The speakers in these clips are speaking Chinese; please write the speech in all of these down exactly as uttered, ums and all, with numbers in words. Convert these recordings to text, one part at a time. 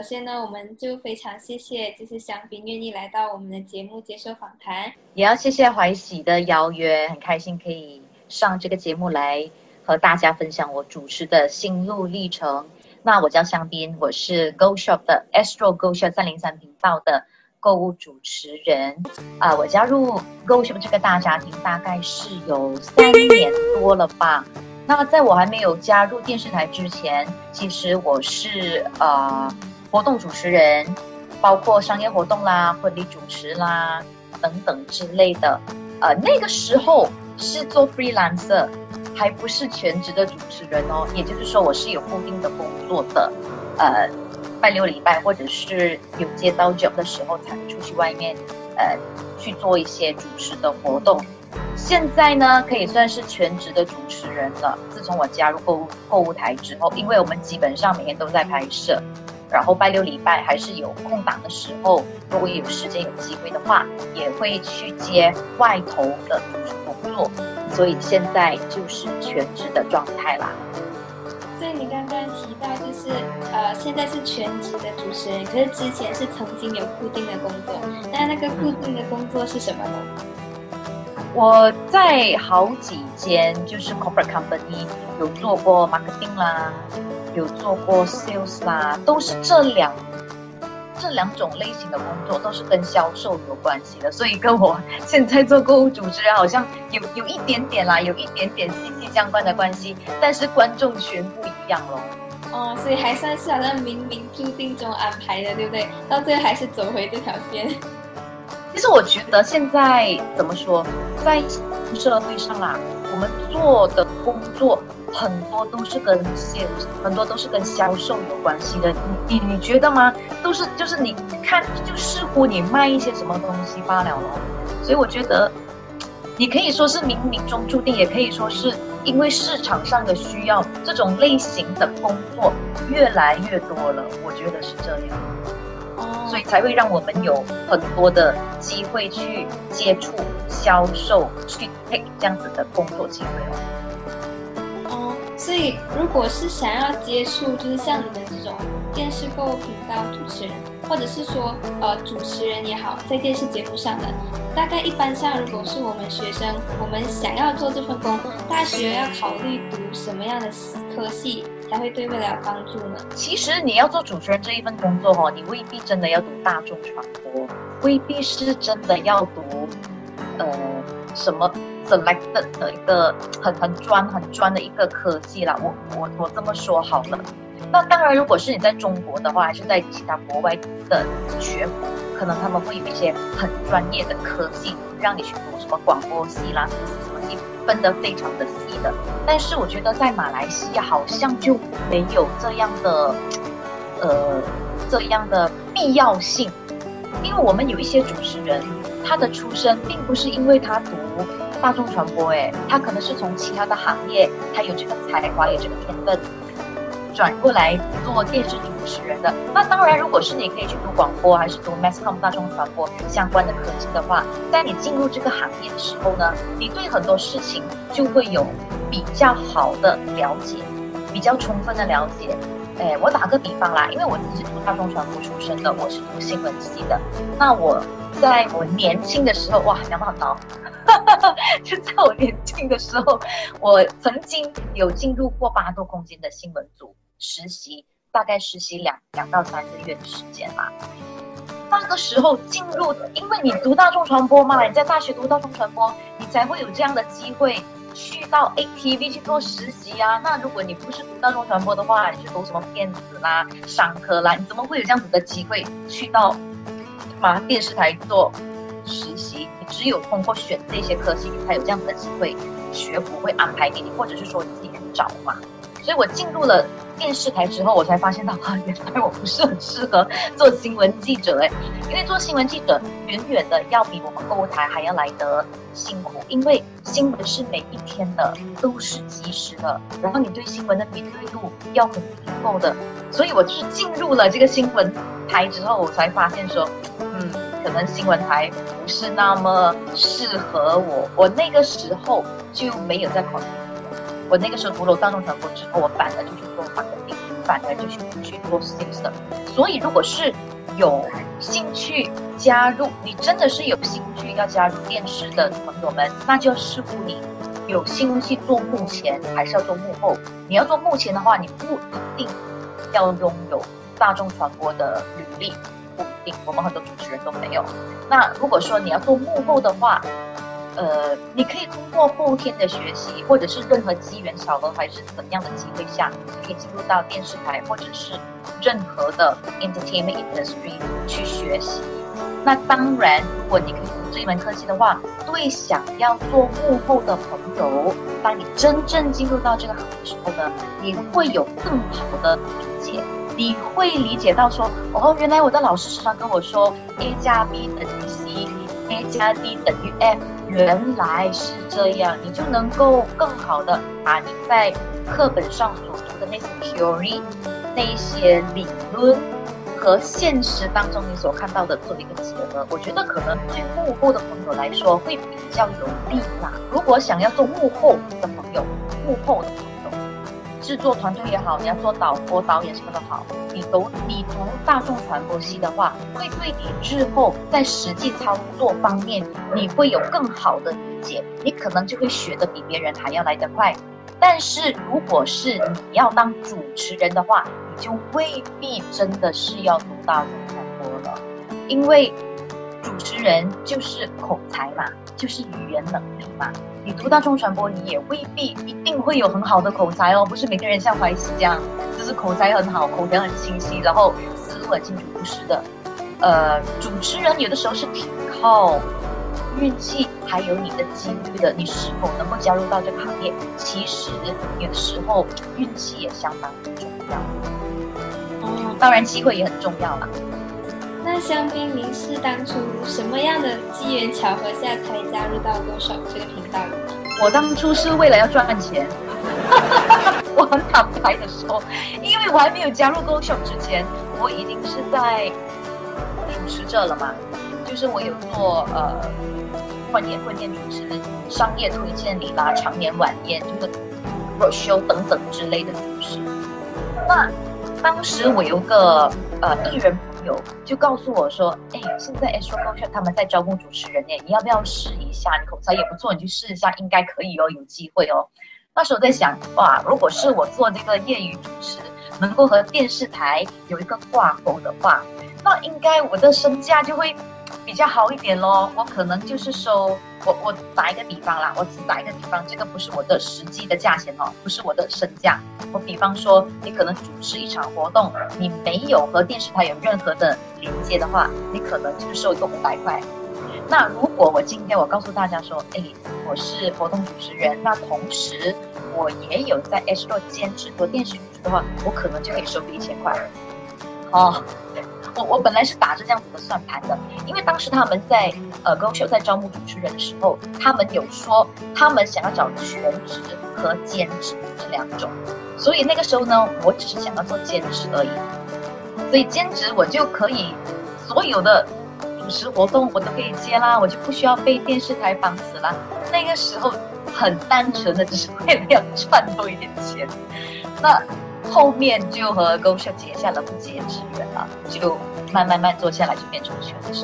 先呢，我们就非常谢谢就是香槟愿意来到我们的节目接受访谈， 也要谢谢怀喜的邀约，很开心可以上这个节目来和大家分享我主持的心路历程。那我叫香槟，我是 Go Shop 的 Astro Go Shop 三零三频道的购物主持人。啊、呃，我加入 Go Shop 这个大家庭大概是有三年多了吧。那在我还没有加入电视台之前，其实我是呃活动主持人，包括商业活动啦、婚礼主持啦等等之类的。呃，那个时候是做 freelancer， 还不是全职的主持人哦。也就是说，我是有固定的工作的，呃，拜六礼拜或者是有接到 job 的时候，才会出去外面呃去做一些主持的活动。现在呢，可以算是全职的主持人了。自从我加入购物购物台之后，因为我们基本上每天都在拍摄，然后拜六礼拜还是有空档的时候，如果有时间有机会的话，也会去接外头的主持工作，所以现在就是全职的状态啦。 所以你刚刚提到就是呃，现在是全职的主持人，可是之前是曾经有固定的工作，那那个固定的工作是什么呢？ 我在好几间就是 corporate company 有做过 marketing 啦，有做过 sales 啦，都是这两这两种类型的工作，都是跟销售有关系的，所以跟我现在做购物主持人好像有有一点点啦，有一点点息息相关的关系，但是观众全不一样咯。 哦，所以还算是好像冥冥注定中安排的，对不对？到最后还是走回这条线。 其实我觉得现在怎么说，在社会上啦，我们做的工作很多都是跟 sales， 很多都是跟销售有关系的。你你你觉得吗？都是就是你看就视乎你卖一些什么东西罢了咯。所以我觉得，你可以说是冥冥中注定，也可以说是因为市场上的需要，这种类型的工作越来越多了。我觉得是这样。所以才会让我们有很多的机会去接触销售，去 take 这样子的工作机会哦。哦，所以如果是想要接触，就是像你们这种电视购物频道主持人，或者是说呃主持人也好，在电视节目上的，大概一般上，如果是我们学生，我们想要做这份工，大学要考虑读什么样的科系才会对未来有帮助呢？ 其实你要做主持人这一份工作哦，你未必真的要读大众传播，未必是真的要读呃什么 selected 的一个很很专很专的一个科系啦。我我我这么说好了。那当然，如果是你在中国的话，还是在其他国外的学府，可能他们会有一些很专业的科系，让你去读什么广播系啦，什么什么系，分得非常的细的。但是我觉得在马来西亚好像就没有这样的，呃，这样的必要性，因为我们有一些主持人，他的出身并不是因为他读大众传播，诶，他可能是从其他的行业，他有这个才华，有这个天分。转过来做电视主持人的，那当然，如果是你可以去读广播，还是读 mass comm 大众传播相关的科技的话，在你进入这个行业的时候呢，你对很多事情就会有比较好的了解，比较充分的了解。哎，我打个比方啦，因为我自己是读大众传播出身的，我是读新闻系的。那我在我年轻的时候，哇，讲得很高。就在我年轻的时候，我曾经有进入过八度空间的新闻组实习，大概实习两两到三个月的时间啦。那个时候进入，因为你读大众传播嘛，你在大学读大众传播，你才会有这样的机会去到 A T V 去做实习啊。那如果你不是读大众传播的话，你去读什么电子啦、商科啦，你怎么会有这样子的机会去到马电视台做实习？你只有通过选这些科系，你才有这样子的机会，学府会安排给你，或者是说你自己去找嘛。所以我进入了电视台之后，我才发现到啊，原来我不是很适合做新闻记者哎，因为做新闻记者远远的要比我们购物台还要来得辛苦，因为新闻是每一天的，都是及时的，然后你对新闻的敏锐度要很足够的，所以我就是进入了这个新闻台之后，我才发现说，嗯，可能新闻台不是那么适合我，我那个时候就没有在考虑。我那个时候读了大众传播之后，我反而就去做 marketing， 反而就去去做 sales 的。 所以如果是有兴趣加入，你真的是有兴趣要加入电视的朋友们，那就视乎你有兴趣做幕前还是要做幕后。你要做幕前的话，你不一定要拥有大众传播的履历，不一定，我们很多主持人都没有。那如果说你要做幕后的话，呃，你可以通过后天的学习，或者是任何机缘巧合还是怎样的机会下，可以进入到电视台或者是任何的 entertainment industry 去学习。那当然，如果你可以读这一门科技的话，对想要做幕后的朋友，当你真正进入到这个行业的时候呢，你会有更好的理解。你会理解到说，哦，原来我的老师时常跟我说 A 加 B 等于 C，A 加 D 等于 F， 原来是这样，你就能够更好的把你在课本上所读的那些 theory、那些理论和现实当中你所看到的做一个结合。我觉得可能对幕后的朋友来说会比较有利啦。如果想要做幕后的朋友，幕后的朋友，制作团队也好，你要做导播、导演什么都好，你读你读大众传播系的话，会对你日后在实际操作方面，你会有更好的理解，你可能就会学得比别人还要来得快。但是如果是你要当主持人的话，你就未必真的是要读大众传播了，因为主持人就是口才嘛，就是语言能力嘛。你读大众传播，你也未必一定会有很好的口才哦，不是每个人像怀琪这样，就是口才很好，口条很清晰，然后思路很清楚，不是的。呃，主持人有的时候是挺靠运气，还有你的机遇的，你是否能够加入到这个行业，其实有的时候运气也相当重要。 哦， 当然机会也很重要啦。 那香槟，您是当初什么样的机缘巧合下才加入到Go Shop这个频道的呢？ 我当初是为了要赚钱，我很坦白的说，因为我还没有加入Go Shop之前，我已经是在主持着了嘛，就是我有做呃婚宴婚宴主持、商业推荐礼啦、长年晚宴，就是 roadshow 等等之类的主持。那当时我有个呃艺人朋友就告诉我说，哎，现在 Astro Go Shop 他们在招募主持人耶，你要不要试一下？你口才也不错，你去试一下，应该可以哦，有机会哦。那时候在想，哇，如果是我做这个业余主持，能够和电视台有一个挂钩的话，那应该我的身价就会比较好一点咯。我可能就是收，我我打一个比方啦，我只打一个比方，这个不是我的实际的价钱哦，不是我的身价。我比方说，你可能主持一场活动，你没有和电视台有任何的连接的话，你可能就是收一个五百块。那如果我今天我告诉大家说，哎，我是活动主持人，那同时我也有在 Astro 兼职做电视主持的话，我可能就可以收个一千块。哦，我我本来是打着这样子的算盘的，因为当时他们在呃 Go Show 在招募主持人的时候，他们有说他们想要找全职和兼职这两种，所以那个时候呢，我只是想要做兼职而已，所以兼职我就可以所有的主持活动我都可以接啦，我就不需要被电视台绑死啦。那个时候很单纯的只是为了要赚多一点钱，那后面就和 Go Shop 结下了不解之缘了，就慢慢慢做下来就变成全职。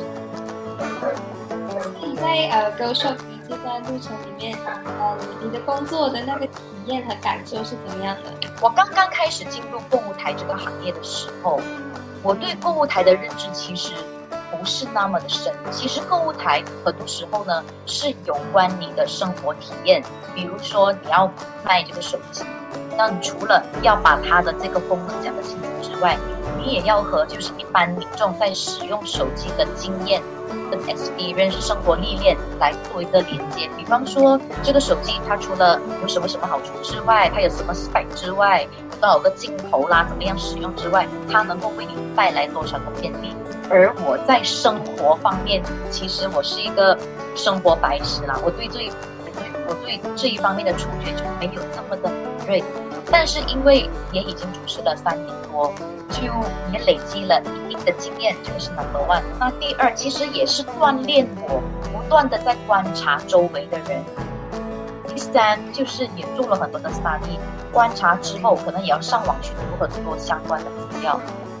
你在呃 Go Shop 这段路程里面，呃，你的工作的那个体验和感受是怎么样的？ 我刚刚开始进入购物台这个行业的时候，我对购物台的认知其实不是那么的深。其实购物台很多时候呢是有关你的生活体验，比如说你要卖这个手机，那你除了要把它的这个功能讲得清楚之外，你也要和就是一般民众在使用手机的经验跟 experience 生活历练来做一个连接。比方说这个手机它除了有什么什么好处之外，它有什么 spec 之外，有多少个镜头啦，怎么样使用之外，它能够为你带来多少个便利。而我在生活方面，其实我是一个生活白痴啦，我对这一我对我对这一方面的触觉就没有这么的敏锐。但是因为也已经主持了三年多，就也累积了一定的经验，这个是 number one。那第二，其实也是锻炼我不断的在观察周围的人。第三，就是也做了很多的 study， 观察之后可能也要上网去读很多相关的资料。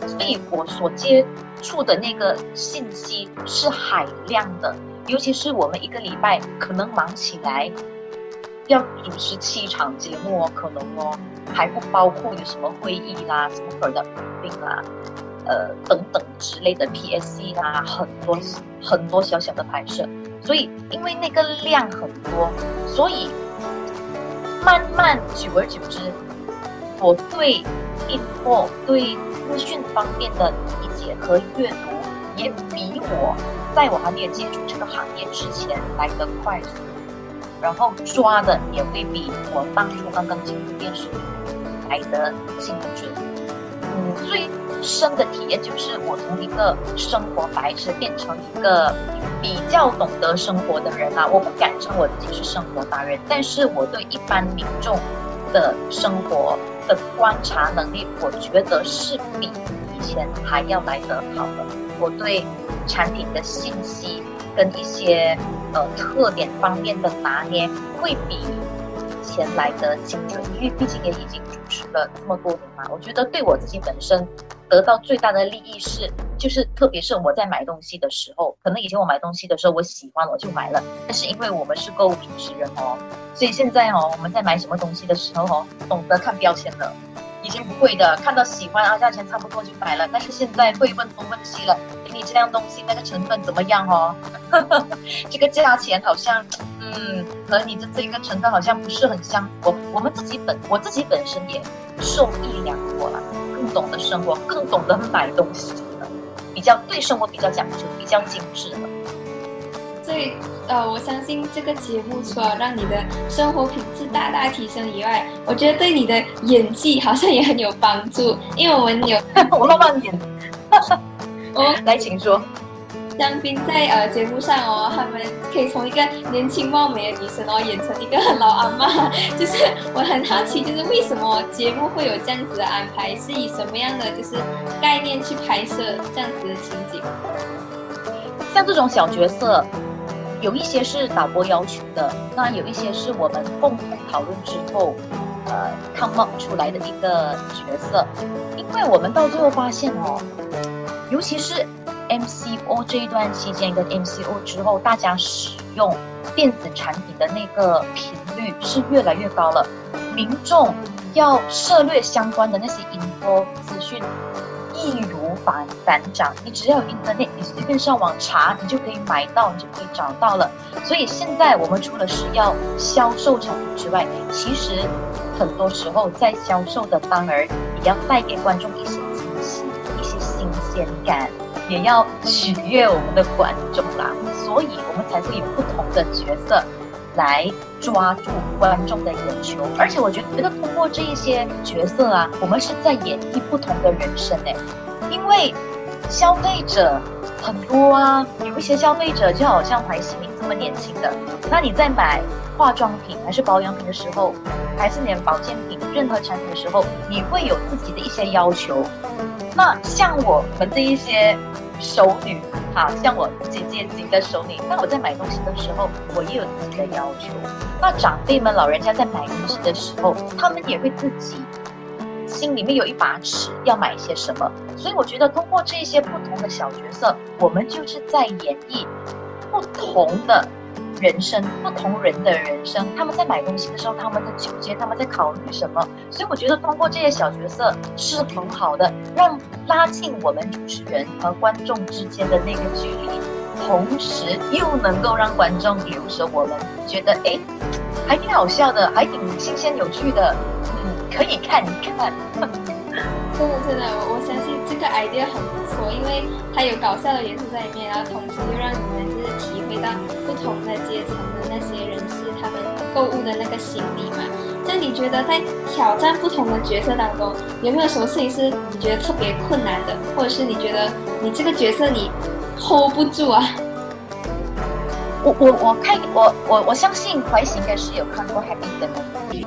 所以我所接触的那个信息是海量的，尤其是我们一个礼拜可能忙起来要主持七场节目哦，可能哦，还不包括有什么会议啦、什么 product briefing 啦、呃等等之类的 P S C 啦，很多很多小小的拍摄，所以因为那个量很多，所以慢慢久而久之，我对 info 对资讯方面的理解和阅读也比我在我还没有接触这个行业之前来得快速，然后抓的也会比我当初刚刚进入电视来得精准。嗯，最深的体验就是我从一个生活白痴变成一个比较懂得生活的人啊！我不敢称我自己是生活达人，但是我对一般民众的生活的观察能力，我觉得是比以前还要来得好的。我对产品的信息跟一些呃特点方面的拿捏，会比以前来得精准，因为毕竟也已经主持了这么多年嘛。我觉得对我自己本身得到最大的利益是，就是特别是我在买东西的时候，可能以前我买东西的时候我喜欢我就买了，但是因为我们是购物主持人哦，所以现在哦我们在买什么东西的时候哦，懂得看标签了。以前不会的，看到喜欢啊，价钱差不多就买了。但是现在会问东问西了，给你这样东西那个成分怎么样哦？这个价钱好像，嗯，和你的这个成分好像不是很相符。我们自己本我自己本身也受益良多了，更懂得生活，更懂得买东西了，比较对生活比较讲究，比较精致了。 所以，呃，我相信这个节目除了让你的生活品质大大提升以外，我觉得对你的演技好像也很有帮助。因为我们有我乱乱演， 我来，请说。 嘉宾在呃节目上哦，他们可以从一个年轻貌美的女生哦，演成一个老阿嬷。就是我很好奇，就是为什么节目会有这样子的安排，是以什么样的就是概念去拍摄这样子的情景？ 像这种小角色，有一些是导播要求的，那有一些是我们共同讨论之后，呃 come up 出来的一个角色。因为我们到最后发现哦，尤其是 M C O 这一段期间跟 M C O 之后，大家使用电子产品的那个频率是越来越高了，民众要涉猎相关的那些 info 资讯易如反反掌，你只要有 internet， 你随便上网查，你就可以买到，你就可以找到了。所以现在我们除了是要销售产品之外，其实很多时候在销售的当儿，也要带给观众一些惊喜，一些新鲜感，也要取悦我们的观众啦。所以我们才会有不同的角色来抓住观众的眼球，而且我觉得通过这一些角色啊，我们是在演绎不同的人生诶。因为消费者很多啊，有一些消费者就好像怀喜明这么年轻的，那你在买化妆品还是保养品的时候，还是你的保健品任何产品的时候，你会有自己的一些要求。那像我们这一些熟女啊，像我姐姐级的熟女，那我在买东西的时候，我也有自己的要求。那长辈们、老人家在买东西的时候，他们也会自己心里面有一把尺，要买些什么。所以我觉得通过这些不同的小角色，我们就是在演绎不同的人生，不同人的人生，他们在买东西的时候，他们的纠结，他们在考虑什么。所以我觉得通过这些小角色是很好的，让拉近我们主持人和观众之间的那个距离，同时又能够让观众留着我们，觉得哎，还挺好笑的，还挺新鲜有趣的，嗯，可以看一看。 真的真的，我相信这个 idea 很不错，因为它有搞笑的元素在里面，然后同时又让你们就是体会到不同的阶层的那些人士他们购物的那个心理嘛。那你觉得在挑战不同的角色当中，有没有什么事情是你觉得特别困难的，或者是你觉得你这个角色你 hold 不住啊？ 我我我看我我我相信怀喜应该是有看过 Happy 的movie，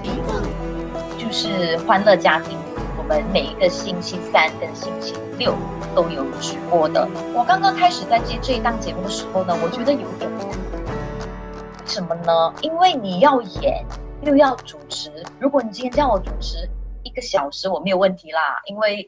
就是欢乐家庭。我们每一个星期三跟星期六都有直播的。我刚刚开始在接这一档节目的时候呢，我觉得有点难。什么呢？因为你要演又要主持。如果你今天叫我主持一个小时，我没有问题啦，因为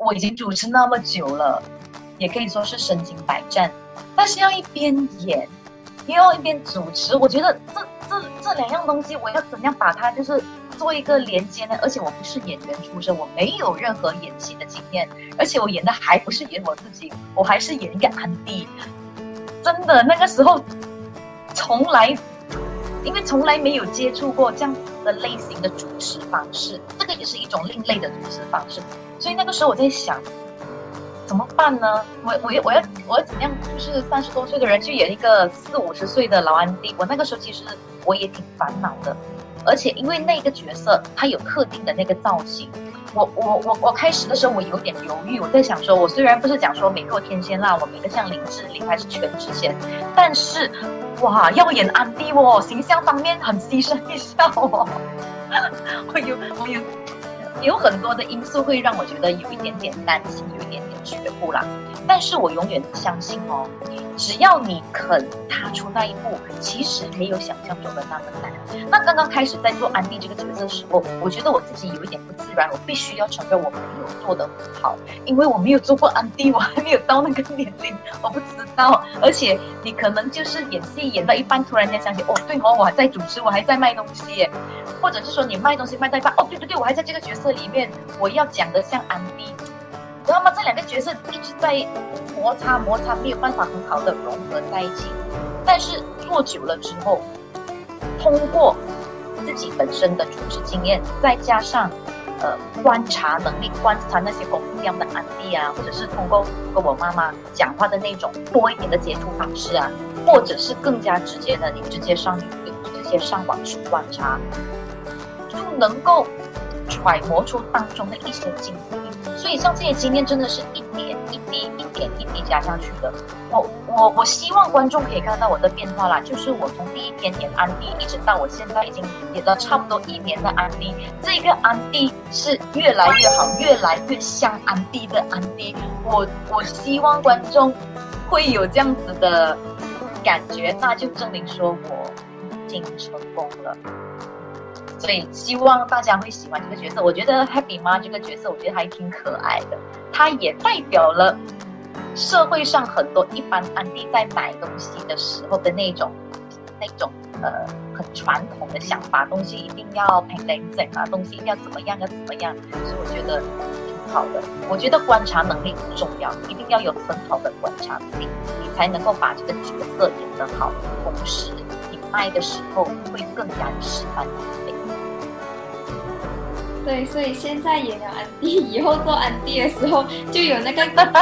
我已经主持那么久了，也可以说是身经百战，但是要一边演又要一边主持，我觉得这这这两样东西我要怎样把它就是做一个连接呢？而且我不是演员出身，我没有任何演戏的经验，而且我演的还不是演我自己，我还是演一个安迪。真的那个时候从来因为从来没有接触过这样的类型的主持方式，这个也是一种另类的主持方式，所以那个时候我在想怎么办呢？我我我要我要怎样就是三十多岁的人去演一个四五十岁的老安迪？我那个时候其实我也挺烦恼的，而且因为那个角色它有特定的那个造型，我我我我开始的时候我有点犹豫，我在想说，我虽然不是讲说美若天仙啦，我美得像林志玲还是全智贤，但是哇，要演安迪哦，形象方面很牺牲一下哦，我有我有。有很多的因素会让我觉得有一点点担心，有一点点却步啦。但是我永远相信哦，只要你肯踏出那一步，其实没有想象中的那么难。那刚刚开始在做安迪这个角色的时候，我觉得我自己有一点不自然，我必须要承认我没有做得很好，因为我没有做过安迪，我还没有到那个年龄，我不知道。而且你可能就是演戏演到一半，突然间想起，哦对哦，我还在主持，我还在卖东西耶，或者是说你卖东西卖到一半，哦对对对，我还在这个角色里面，我要讲的像安迪，知道吗？这两个角色一直在摩擦摩擦，没有办法很好的融合在一起。但是做久了之后，通过自己本身的主持经验，再加上呃观察能力，观察那些不一样的安迪啊，或者是通过跟我妈妈讲话的那种多一点的接触方式啊，或者是更加直接的，你直接上 YouTube， 直接上网去观察，就能够揣摩出当中的一些精髓。所以像这些经验真的是一点一滴一点一滴加上去的。我我我希望观众可以看到我的变化啦，就是我从第一天演安迪一直到我现在已经演了差不多一年的安迪，这个安迪是越来越好，越来越像安迪的安迪。我我希望观众会有这样子的感觉，那就证明说我已经成功了。所以希望大家会喜欢这个角色。我觉得 Happy 妈这个角色，我觉得还挺可爱的。她也代表了社会上很多一般安迪在买东西的时候的那种、那种呃很传统的想法，东西一定要平零整啊，东西一定要怎么样要怎么样。所以我觉得挺好的。我觉得观察能力很重要，一定要有很好的观察能力，你才能够把这个角色演得好，同时你卖的时候会更加的实干能力。 对，所以现在演了安迪，以后做安迪的时候就有那个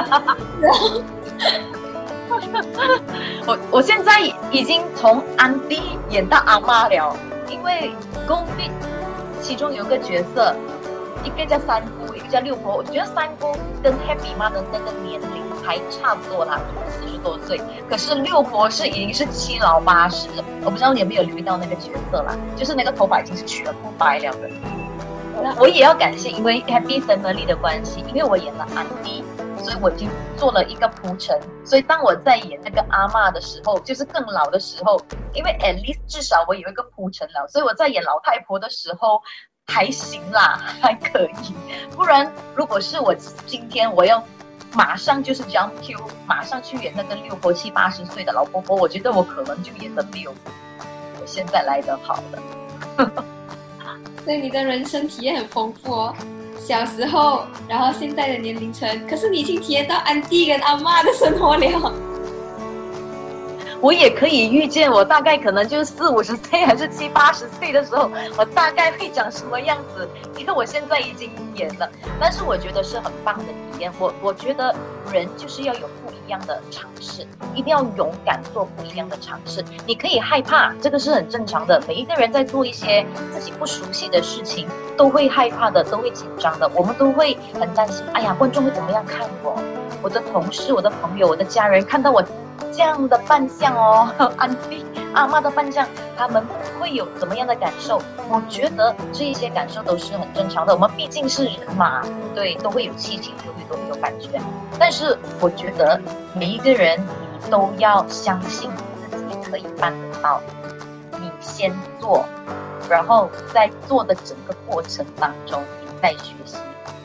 我我现在已经从安迪演到阿嬷了，因为公币其中有个角色，一个叫三姑，一个叫六婆。我觉得三姑跟 Happy 妈的那个年龄还差不多啦，四十多岁。可是六婆是已经是七老八十了，我不知道你有没有留意到那个角色啦，就是那个头发已经是全部白了的。我也要感谢，因为 Happy Family 的关系，因为我演了安迪，所以我已经做了一个铺陈。所以当我在演那个阿嬷的时候，就是更老的时候，因为 at least 至少我有一个铺陈了，所以我在演老太婆的时候还行啦，还可以。不然如果是我今天我要马上就是 jump Q， 马上去演那个六婆七八十岁的老婆婆，我觉得我可能就演得没有我现在来得好了。 所以你的人生体验很丰富哦，小时候，然后现在的年龄层，可是你已经体验到安迪跟阿嬷的生活了。 我也可以预见，我大概可能就是四五十岁还是七八十岁的时候，我大概会长什么样子，因为我现在已经演了。但是我觉得是很棒的体验。我我觉得人就是要有不一样的尝试，一定要勇敢做不一样的尝试。你可以害怕，这个是很正常的。每一个人在做一些自己不熟悉的事情，都会害怕的，都会紧张的。我们都会很担心，哎呀，观众会怎么样看我？我的同事、我的朋友、我的家人看到我这样的扮相哦，安迪阿嬷的扮相，他们会有怎么样的感受？我觉得这一些感受都是很正常的。我们毕竟是人嘛，对，都会有七情六欲，都会有感觉。但是我觉得每一个人，你都要相信自己可以办得到。你先做，然后在做的整个过程当中，你再学习。我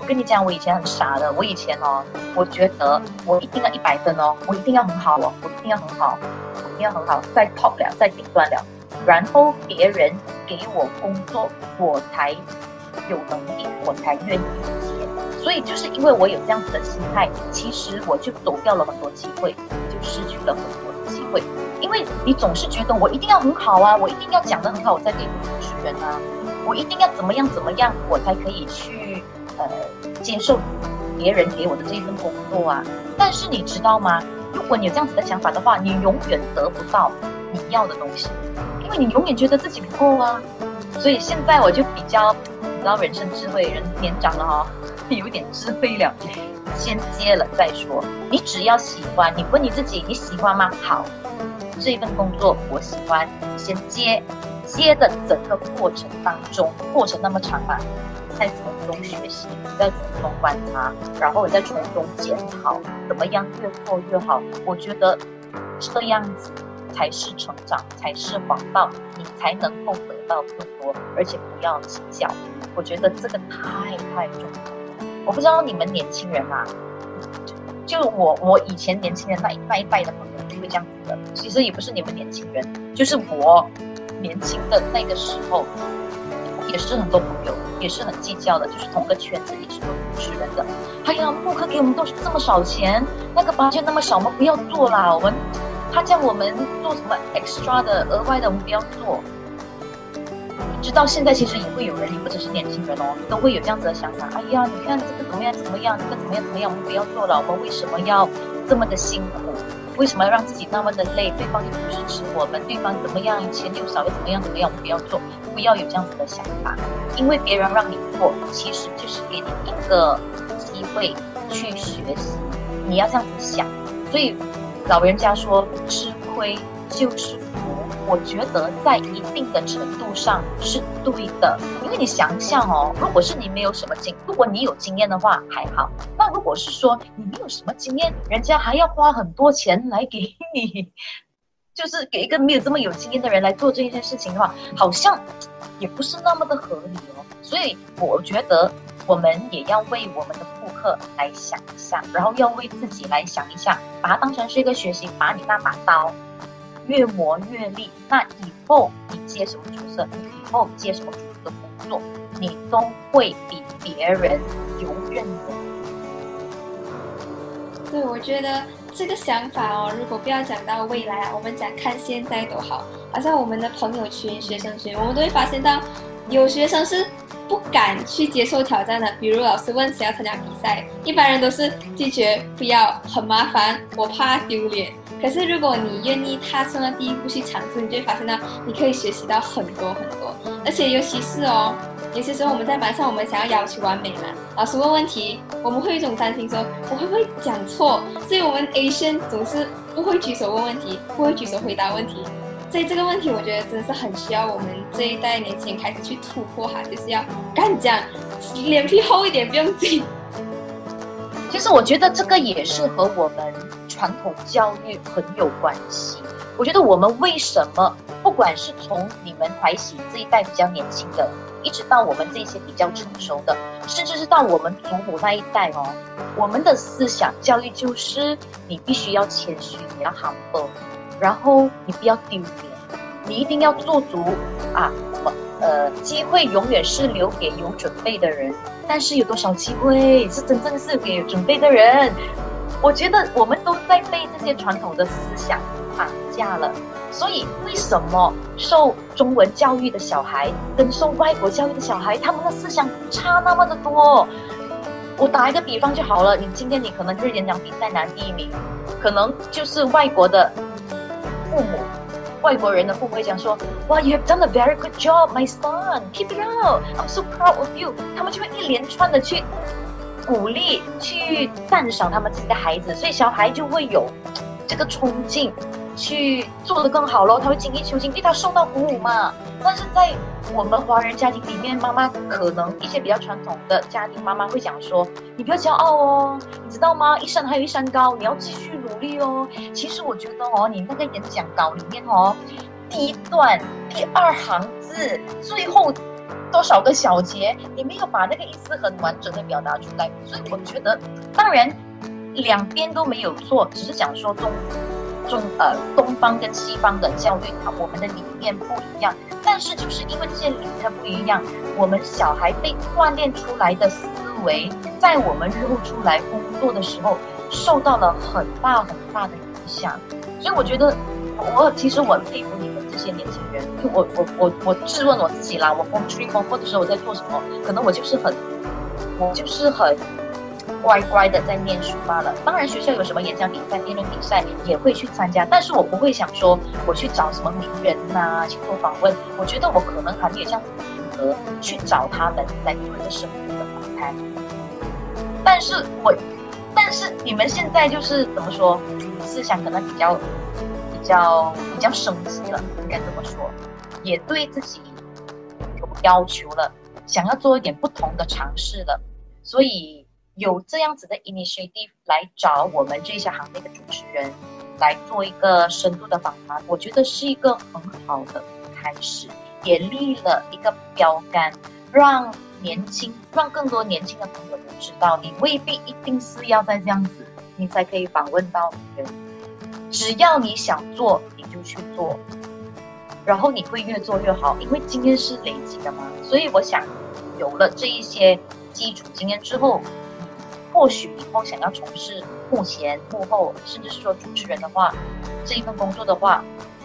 跟你讲，我以前很傻的，我以前哦，我觉得我一定要一百分哦，我一定要很好哦，我一定要很好，我一定要很好，在 top 了，在顶端了，然后别人给我工作，我才有能力，我才愿意接。所以就是因为我有这样子的心态，其实我就走掉了很多机会，就失去了很多的机会。因为你总是觉得我一定要很好啊，我一定要讲得很好，我才给主持人啊，我一定要怎么样怎么样，我才可以去呃接受别人给我的这一份工作啊。但是你知道吗？如果你有这样子的想法的话，你永远得不到你要的东西，因为你永远觉得自己不够啊。所以现在我就比较，你知道人生智慧，人年长了哈、哦，有一点智慧了，先接了再说。你只要喜欢，你问你自己，你喜欢吗？好。这一份工作我喜欢，你先接，接的整个过程当中，过程那么长嘛，在从中学习，在从中观察，然后再从中检讨，怎么样越做越好。我觉得这样子才是成长，才是王道，你才能够得到更多，而且不要计较。我觉得这个太太重要了。我不知道你们年轻人啊，就我我以前年轻人那一那一代的朋友就会这样子的，其实也不是你们年轻人，就是我年轻的那个时候，也是很多朋友也是很计较的，就是同个圈子也是做主持人的。哎呀，顾客给我们都是这么少钱，那个八千那么少，我们不要做啦。我们他叫我们做什么 extra 的额外的，我们不要做。直到现在，其实也会有人，也不只是年轻人哦，都会有这样子的想法。哎呀，你看这个怎么样怎么样，那个怎么样怎么样，我们不要做了。我们为什么要这么的辛苦？为什么要让自己那么的累？对方又不支持我们，对方怎么样，钱又少又怎么样怎么样，我们不要做，不要有这样子的想法。因为别人让你做，其实就是给你一个机会去学习。你要这样子想。所以老人家说，吃亏就是福。我觉得在一定的程度上是对的，因为你想想哦，如果是你没有什么经，如果你有经验的话还好，那如果是说你没有什么经验，人家还要花很多钱来给你，就是给一个没有这么有经验的人来做这一件事情的话，好像也不是那么的合理哦。所以我觉得我们也要为我们的顾客来想一下，然后要为自己来想一下，把它当成是一个学习，把你那把刀越磨越利，那以后你接什么角色，你以后接什么主的工作，你都会比别人游刃有余。 对，我觉得这个想法哦，如果不要讲到未来啊，我们讲看现在都好，好像我们的朋友圈、学生群，我们都会发现到有学生是不敢去接受挑战的。比如老师问谁要参加比赛，一般人都是拒绝，不要，很麻烦，我怕丢脸。可是如果你愿意踏出那第一步去尝试，你就会发现到你可以学习到很多很多。而且尤其是哦，有些时候我们在班上，我们想要要求完美嘛，老师问问题，我们会有一种担心说我会不会讲错，所以我们 Asian 总是不会举手问问题，不会举手回答问题。所以这个问题我觉得真的是很需要我们这一代年轻人开始去突破哈，就是要敢讲，脸皮厚一点，不用紧。 其实我觉得这个也是和我们传统教育很有关系。我觉得我们为什么不管是从你们台喜这一代比较年轻的，一直到我们这些比较成熟的，甚至是到我们祖母那一代哦，我们的思想教育就是你必须要谦虚，你要 humble， 然后你不要丢脸，你一定要做足啊什么呃，机会永远是留给有准备的人，但是有多少机会是真正是给有准备的人？我觉得我们都在被这些传统的思想绑架了。所以为什么受中文教育的小孩跟受外国教育的小孩，他们的思想差那么的多？我打一个比方就好了，你今天你可能就是演讲比赛拿第一名，可能就是外国的父母，外国人的父母会讲说，哇 ，You have done a very good job, my son. Keep it up. I'm so proud of you. 他们就会一连串的去鼓励、去赞赏他们自己的孩子，所以小孩就会有这个冲劲去做得更好咯。他会精益求精，因为他受到鼓舞嘛。但是在我们华人家庭里面，妈妈可能一些比较传统的家庭，妈妈会讲说，你不要骄傲哦，你知道吗？一山还有一山高，你要继续努力哦。其实我觉得哦，你那个演讲稿里面哦，第一段第二行字最后多少个小节，你没有把那个意思很完整的表达出来。所以我觉得，当然两边都没有错，只是讲说中中呃东方跟西方的教育，我们的理念不一样。但是就是因为这些理念不一样，我们小孩被锻炼出来的思维，在我们日后出来工作的时候，受到了很大很大的影响。所以我觉得，我其实我佩服你们这些年轻人，因为我我我我质问我自己啦，我风吹风或者时候我在做什么，可能我就是很，我就是很乖乖的在念书罢了。当然学校有什么演讲比赛、辩论比赛也会去参加，但是我不会想说我去找什么名人呐、啊、去做访问。我觉得我可能还没有这样子的品格去找他们来做一个深入的访谈。但是我，但是你们现在就是怎么说，思想可能比较比较比较升级了，应该这么说，也对自己有要求了，想要做一点不同的尝试了，所以有这样子的 initiative 来找我们这些行业的主持人来做一个深度的访谈，我觉得是一个很好的开始，也立了一个标杆，让年轻，让更多年轻的朋友们知道，你未必一定是要再这样子，你才可以访问到人。只要你想做，你就去做，然后你会越做越好，因为经验是累积的嘛。所以我想，有了这一些基础经验之后，或许以后想要从事幕前、幕后，甚至是说主持人的话，这一份工作的话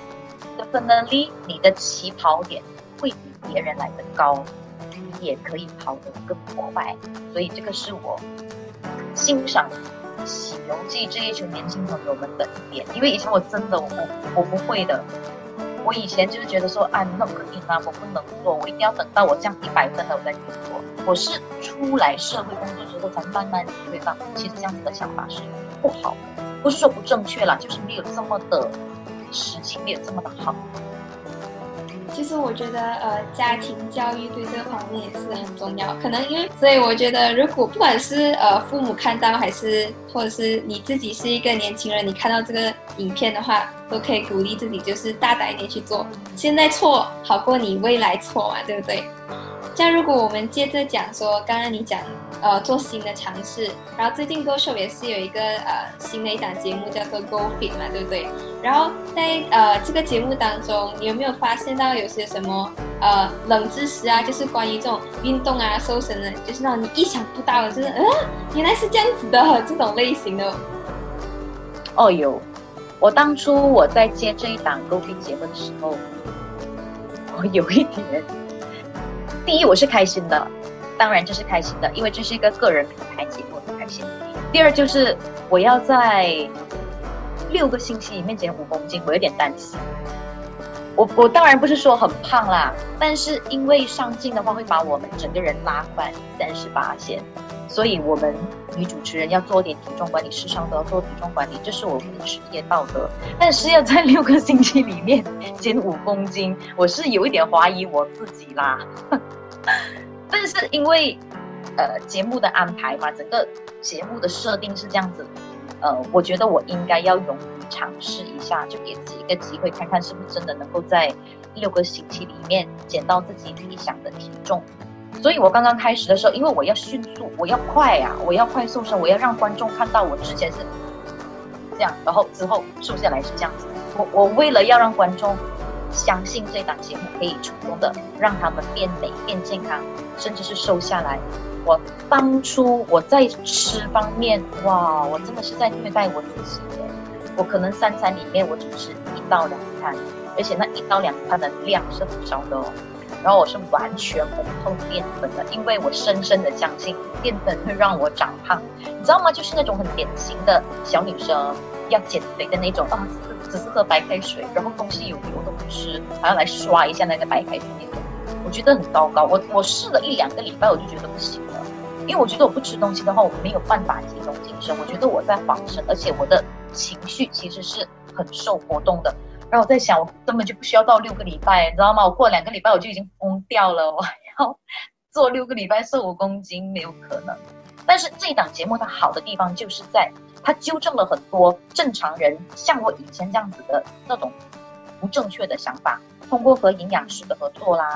，definitely 你的起跑点会比别人来得高，你也可以跑得更快。所以这个是我欣赏《西游记》这一群年轻朋友们的一点，因为以前我真的我不我不会的，我以前就是觉得说啊，那可以吗？我不能做，我一定要等到我降一百分了我再去做。我是出来社会工作之后才慢慢体会到，其实这样子的想法是不好的，不是说不正确啦，就是没有这么的实际，没有这么的好。 其实我觉得，呃，家庭教育对这个方面也是很重要。可能因为，所以我觉得，如果不管是呃父母看到，还是或者是你自己是一个年轻人，你看到这个影片的话，都可以鼓励自己，就是大胆一点去做。现在错好过你未来错嘛，对不对？这样，如果我们接着讲说，刚刚你讲呃做新的尝试，然后最近 Go Show 也是有一个呃新的一档节目叫做 Go Fit 嘛，对不对？然后在呃这个节目当中，你有没有发现到有些什么呃冷知识啊，就是关于这种运动啊、瘦身的，就是那种你意想不到的，就是嗯、呃、原来是这样子的这种类型的。 哦，有，我当初我在接这一档 Go Fit 节目的时候，我有一点。第一，我是开心的，当然这是开心的，因为这是一个个人品牌节目，很开心。第二就是我要在六个星期里面减五公斤，我有点担心。我我当然不是说很胖啦，但是因为上镜的话会把我们整个人拉翻三十八线，所以我们女主持人要做点体重管理，时常都要做体重管理，这是我们的职业道德。但是要在六个星期里面减五公斤，我是有一点怀疑我自己啦。但是因为呃节目的安排嘛，整个节目的设定是这样子，呃，我觉得我应该要勇于尝试一下，就给自己一个机会，看看是不是真的能够在六个星期里面减到自己理想的体重。所以我刚刚开始的时候，因为我要迅速，我要快啊，我要快瘦身，我要让观众看到我之前是这样，然后之后瘦下来是这样子。我我为了要让观众相信这档节目可以成功的让他们变美、变健康，甚至是瘦下来，我当初我在吃方面，哇，我真的是在虐待我自己耶。我可能三餐里面我只吃一到两餐，而且那一到两餐的量是很少的哦。然后我是完全不碰淀粉的，因为我深深的相信淀粉会让我长胖。你知道吗？就是那种很典型的小女生要减肥的那种啊，只是喝白开水，然后东西有油都不吃，还要来刷一下那个白开水那种，我觉得很糟糕。我我试了一两个礼拜，我就觉得不行了，因为我觉得我不吃东西的话，我没有办法集中精神，我觉得我在晃神，而且我的情绪其实是很受波动的。然后我在想，我根本就不需要到六个礼拜，你知道吗？我过两个礼拜我就已经疯掉了，我还要做六个礼拜瘦五公斤，没有可能。但是这一档节目它好的地方就是在它纠正了很多正常人像我以前这样子的那种不正确的想法，通过和营养师的合作啦，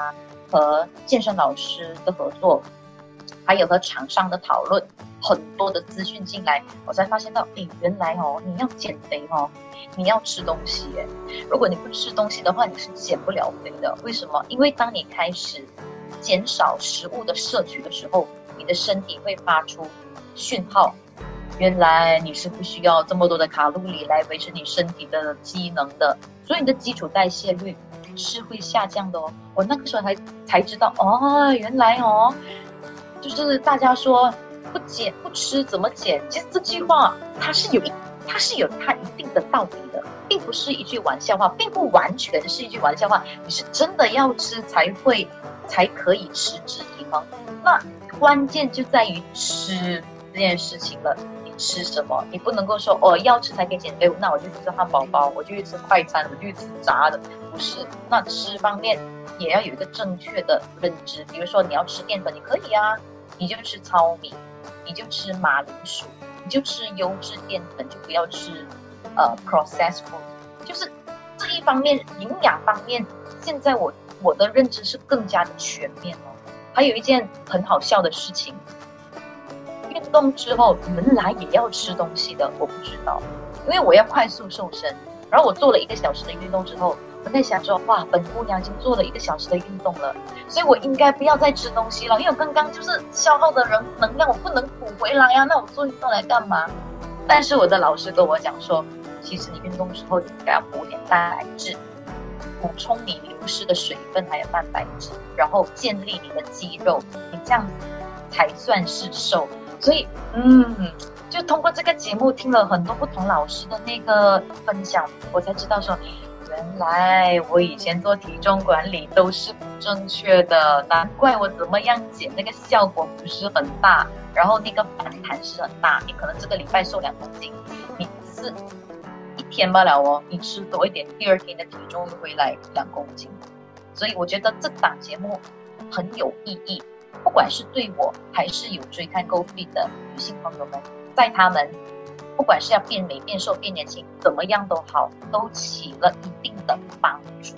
和健身老师的合作，还有和厂商的讨论，很多的资讯进来，我才发现到，诶，原来哦，你要减肥哦，你要吃东西耶。如果你不吃东西的话，你是减不了肥的。为什么？因为当你开始减少食物的摄取的时候，你的身体会发出讯号，原来你是不需要这么多的卡路里来维持你身体的机能的，所以你的基础代谢率是会下降的哦。我那个时候才才知道，哦，原来哦，就是大家说不减不吃怎么减，其实这句话它是有一它是有它一定的道理的，并不是一句玩笑话，并不完全是一句玩笑话，你是真的要吃才会才可以持之以恒。那关键就在于吃这件事情了。你吃什么？你不能够说哦，要吃才可以减肥，那我就去吃汉堡包，我就去吃快餐，我就去吃炸的，不是。那吃方面也要有一个正确的认知，比如说你要吃淀粉，你可以啊，你就吃糙米，你就吃马铃薯，你就吃优质淀粉，就不要吃呃 processed food。就是这一方面，营养方面，现在我我的认知是更加的全面哦。还有一件很好笑的事情，运动之后原来也要吃东西的，我不知道，因为我要快速瘦身，然后我做了一个小时的运动之后，我在想说，哇，本姑娘已经做了一个小时的运动了，所以我应该不要再吃东西了，因为我刚刚就是消耗的人能量，我不能补回来呀、啊，那我做运动来干嘛？但是我的老师跟我讲说，其实你运动之后，你应该要补点蛋白质，补充你流失的水分还有蛋白质，然后建立你的肌肉，你这样子才算是瘦。所以，嗯，就通过这个节目听了很多不同老师的那个分享，我才知道说，原来我以前做体重管理都是不正确的，难怪我怎么样减那个效果不是很大，然后那个反弹是很大。你可能这个礼拜瘦两公斤，你是一天罢了哦，你吃多一点，第二天的体重又回来两公斤。所以我觉得这档节目很有意义，不管是对我还是有追看 GoFit 的女性朋友们，在他们不管是要变美、变瘦、变年轻，怎么样都好，都起了一定的帮助。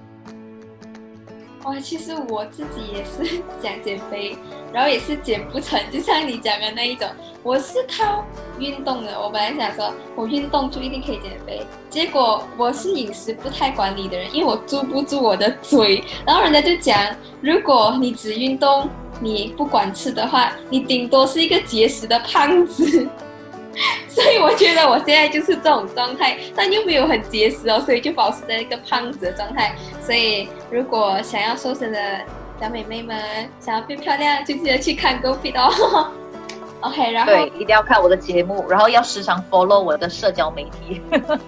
哇，其实我自己也是想减肥，然后也是减不成，就像你讲的那一种，我是靠运动的。我本来想说，我运动就一定可以减肥，结果我是饮食不太管理的人，因为我住不住我的嘴。然后人家就讲，如果你只运动，你不管吃的话，你顶多是一个节食的胖子。所以我觉得我现在就是这种状态，但又没有很节食哦，所以就保持在一个胖子的状态。所以如果想要瘦身的小妹妹们，想要变漂亮，就记得去看 GoFit 哦。OK， 然后对，一定要看我的节目，然后要时常 follow 我的社交媒体。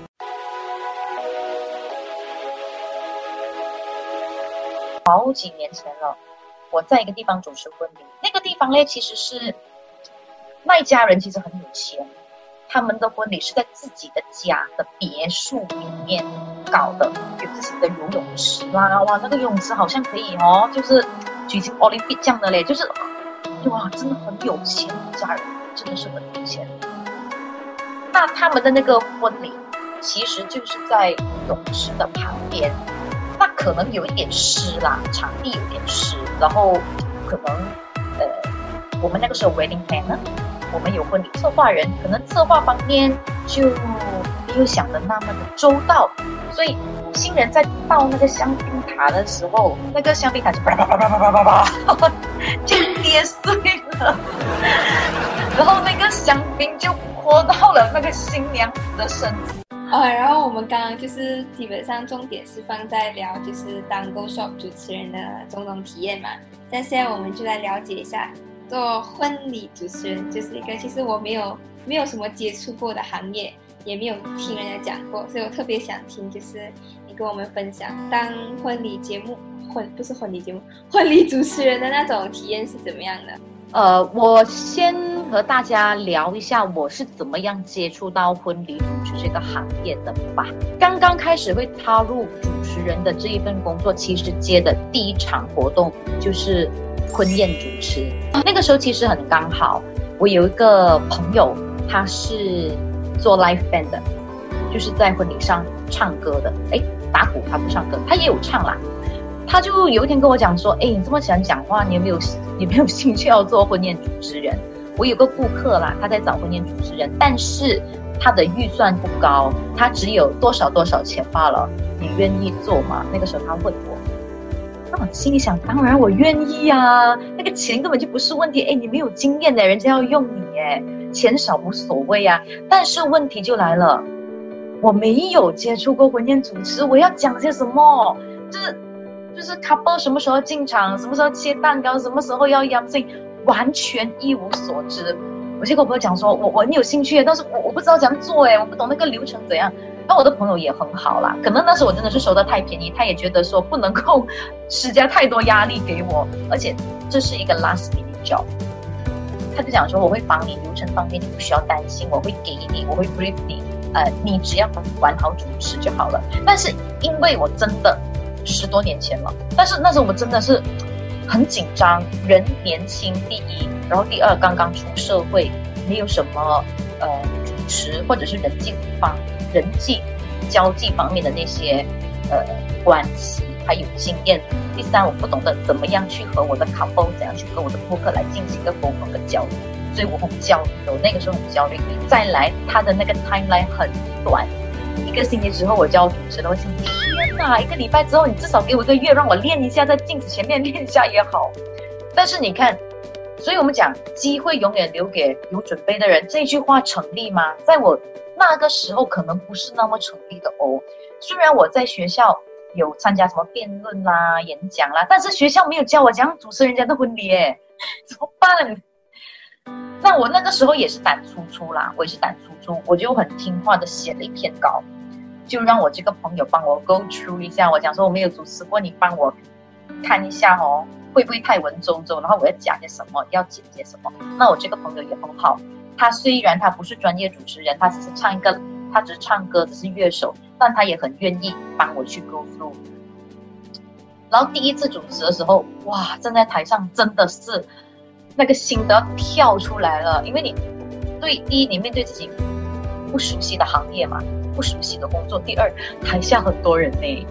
好几年前了，我在一个地方主持婚礼，那个地方呢，其实是那一家人其实很有钱，他们的婚礼是在自己的家的别墅里面搞的，有自己的游泳池啦，哇，那个游泳池好像可以哦，就是举行奥林匹克这样的嘞，就是哇，真的很有钱，家人真的是很有钱。那他们的那个婚礼其实就是在泳池的旁边，那可能有一点湿啦，场地有点湿，然后可能呃，我们那个时候 wedding planner， 我们有婚礼策划人，可能策划方面就没有想的那么的周到，所以新人在倒那个香槟塔的时候，那个香槟塔就啪啪啪啪啪啪啪啪就跌碎了，然后那个香槟就泼到了那个新娘子的身子。 哦，然后我们刚刚就是基本上重点是放在聊就是当 GoShop 主持人的种种体验嘛，但现在我们就来了解一下做婚礼主持人，就是一个其实我没有没有什么接触过的行业，也没有听人家讲过，所以我特别想听，就是你跟我们分享当婚礼节目婚不是婚礼节目婚礼主持人的那种体验是怎么样的。 呃，我先和大家聊一下我是怎么样接触到婚礼主持这个行业的吧。刚刚开始会踏入主持人的这一份工作，其实接的第一场活动就是婚宴主持。那个时候其实很刚好，我有一个朋友，他是做 live band 的，就是在婚礼上唱歌的。诶，打鼓他不唱歌，他也有唱啦。 他就有一天跟我讲说，哎，你这么喜欢讲话，你有没有有没有兴趣要做婚宴主持人？我有个顾客啦，他在找婚宴主持人，但是他的预算不高，他只有多少多少钱罢了，你愿意做吗？那个时候他问我，那我心里想，当然我愿意啊，那个钱根本就不是问题。哎，你没有经验的，人家要用你，哎，钱少无所谓啊。但是问题就来了，我没有接触过婚宴主持，我要讲些什么？就是就是 couple 什么时候进场，什么时候切蛋糕，什么时候要邀请，完全一无所知。我就跟我朋友讲说，我我很有兴趣，但是我我不知道怎样做，哎，我不懂那个流程怎样。然后我的朋友也很好啦，可能那时候我真的是收得太便宜，他也觉得说不能够施加太多压力给我，而且这是一个 last minute job。他就讲说，我会帮你流程方面，你不需要担心，我会给你，我会 brief 你，呃，你只要管好主持就好了。但是因为我真的十多年前了，但是那时候我真的是很紧张，人年轻第一，然后第二刚刚出社会，没有什么呃主持或者是人际方人际交际方面的那些呃关系还有经验。第三，我不懂得怎么样去和我的 couple， 怎样去和我的顾客来进行一个沟通跟交流，所以我很焦虑，我那个时候很焦虑。再来，他的那个 timeline 很短，一个星期之后我就要主持了，我想天哪，一个礼拜之后你至少给我一个月让我练一下，在镜子前面练一下也好。但是你看，所以我们讲机会永远留给有准备的人，这句话成立吗？在我那个时候可能不是那么成立的哦。虽然我在学校有参加什么辩论啦、演讲啦，但是学校没有教我怎样主持人家的婚礼耶，怎么办？那我那个时候也是胆粗粗啦，我也是胆粗粗，我就很听话的写了一篇稿，就让我这个朋友帮我 go through 一下。我讲说我没有主持过，你帮我看一下哦，会不会太文绉绉？然后我要讲些什么，要剪些什么？那我这个朋友也很好，他虽然他不是专业主持人，他只是唱一个，他只是唱歌，只是乐手，但他也很愿意帮我去 go through。然后第一次主持的时候，哇，站在台上真的是那个心都要跳出来了，因为你对第一，你面对自己不熟悉的行业嘛，不熟悉的工作；第二，台下很多人呢，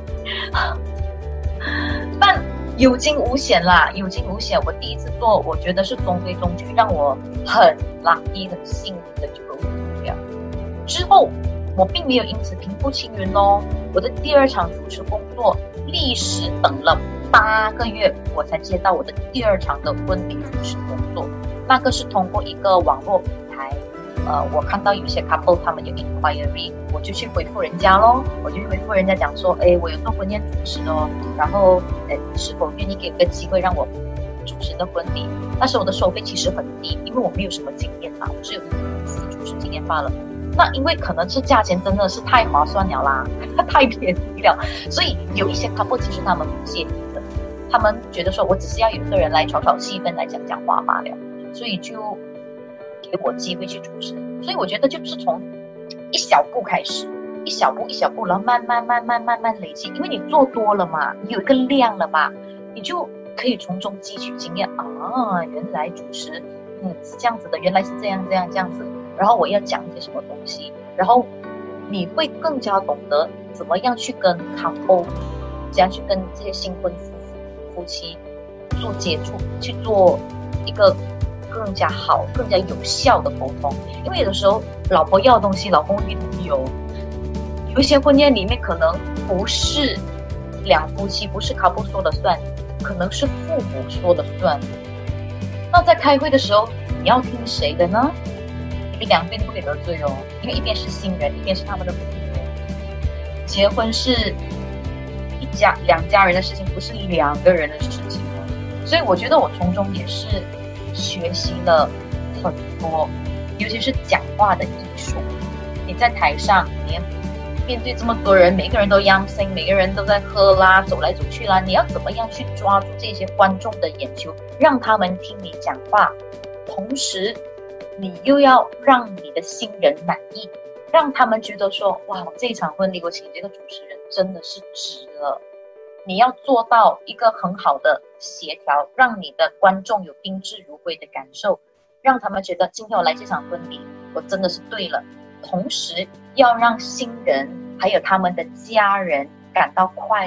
但有惊无险啦，有惊无险。我第一次做，我觉得是中规中矩，让我很 lucky 很幸运的就 go through 了。之后我并没有因此平步青云哦，我的第二场主持工作历时等了八个月，我才接到我的第二场的婚礼主持工作。那个是通过一个网络平台，呃，我看到有些 couple 他们有 inquiry， 我就去回复人家咯，我就去回复人家讲说，哎，我有做婚宴主持哦，然后，呃，是否愿意给我个机会让我主持的婚礼？但是我的收费其实很低，因为我没有什么经验嘛，我只有一次主持经验罢了。那因为可能是价钱真的是太划算了啦，太便宜了，所以有一些 couple 其实他们不介意的，他们觉得说我只是要有一个人来炒炒气氛，来讲讲话罢了，所以就给我机会去主持。所以我觉得就是从一小步开始，一小步一小步，然后慢慢慢慢慢慢累积，因为你做多了嘛，你有一个量了嘛，你就可以从中汲取经验啊，原来主持嗯是这样子的，原来是这样这样这样子。然后我要讲一些什么东西，然后你会更加懂得怎么样去跟 couple， 怎样去跟这些新婚夫妇夫妻做接触，去做一个更加好、更加有效的沟通。因为有的时候老婆要的东西，老公未必有。有一些婚宴里面可能不是两夫妻，不是 couple 说了算，可能是父母说了算。那在开会的时候，你要听谁的呢？你两边都不可以得罪哦，因为一边是新人，一边是他们的父母。结婚是一家两家人的事情，不是两个人的事情哦。所以我觉得我从中也是学习了很多，尤其是讲话的艺术。你在台上，你面对这么多人，每个人都央声，每个人都在喝啦，走来走去啦，你要怎么样去抓住这些观众的眼球，让他们听你讲话，同时你又要让你的新人满意，让他们觉得说，哇，我这一场婚礼我请这个主持人真的是值了。你要做到一个很好的协调，让你的观众有宾至如归的感受，让他们觉得今天我来这场婚礼我真的是对了。同时要让新人还有他们的家人感到快乐，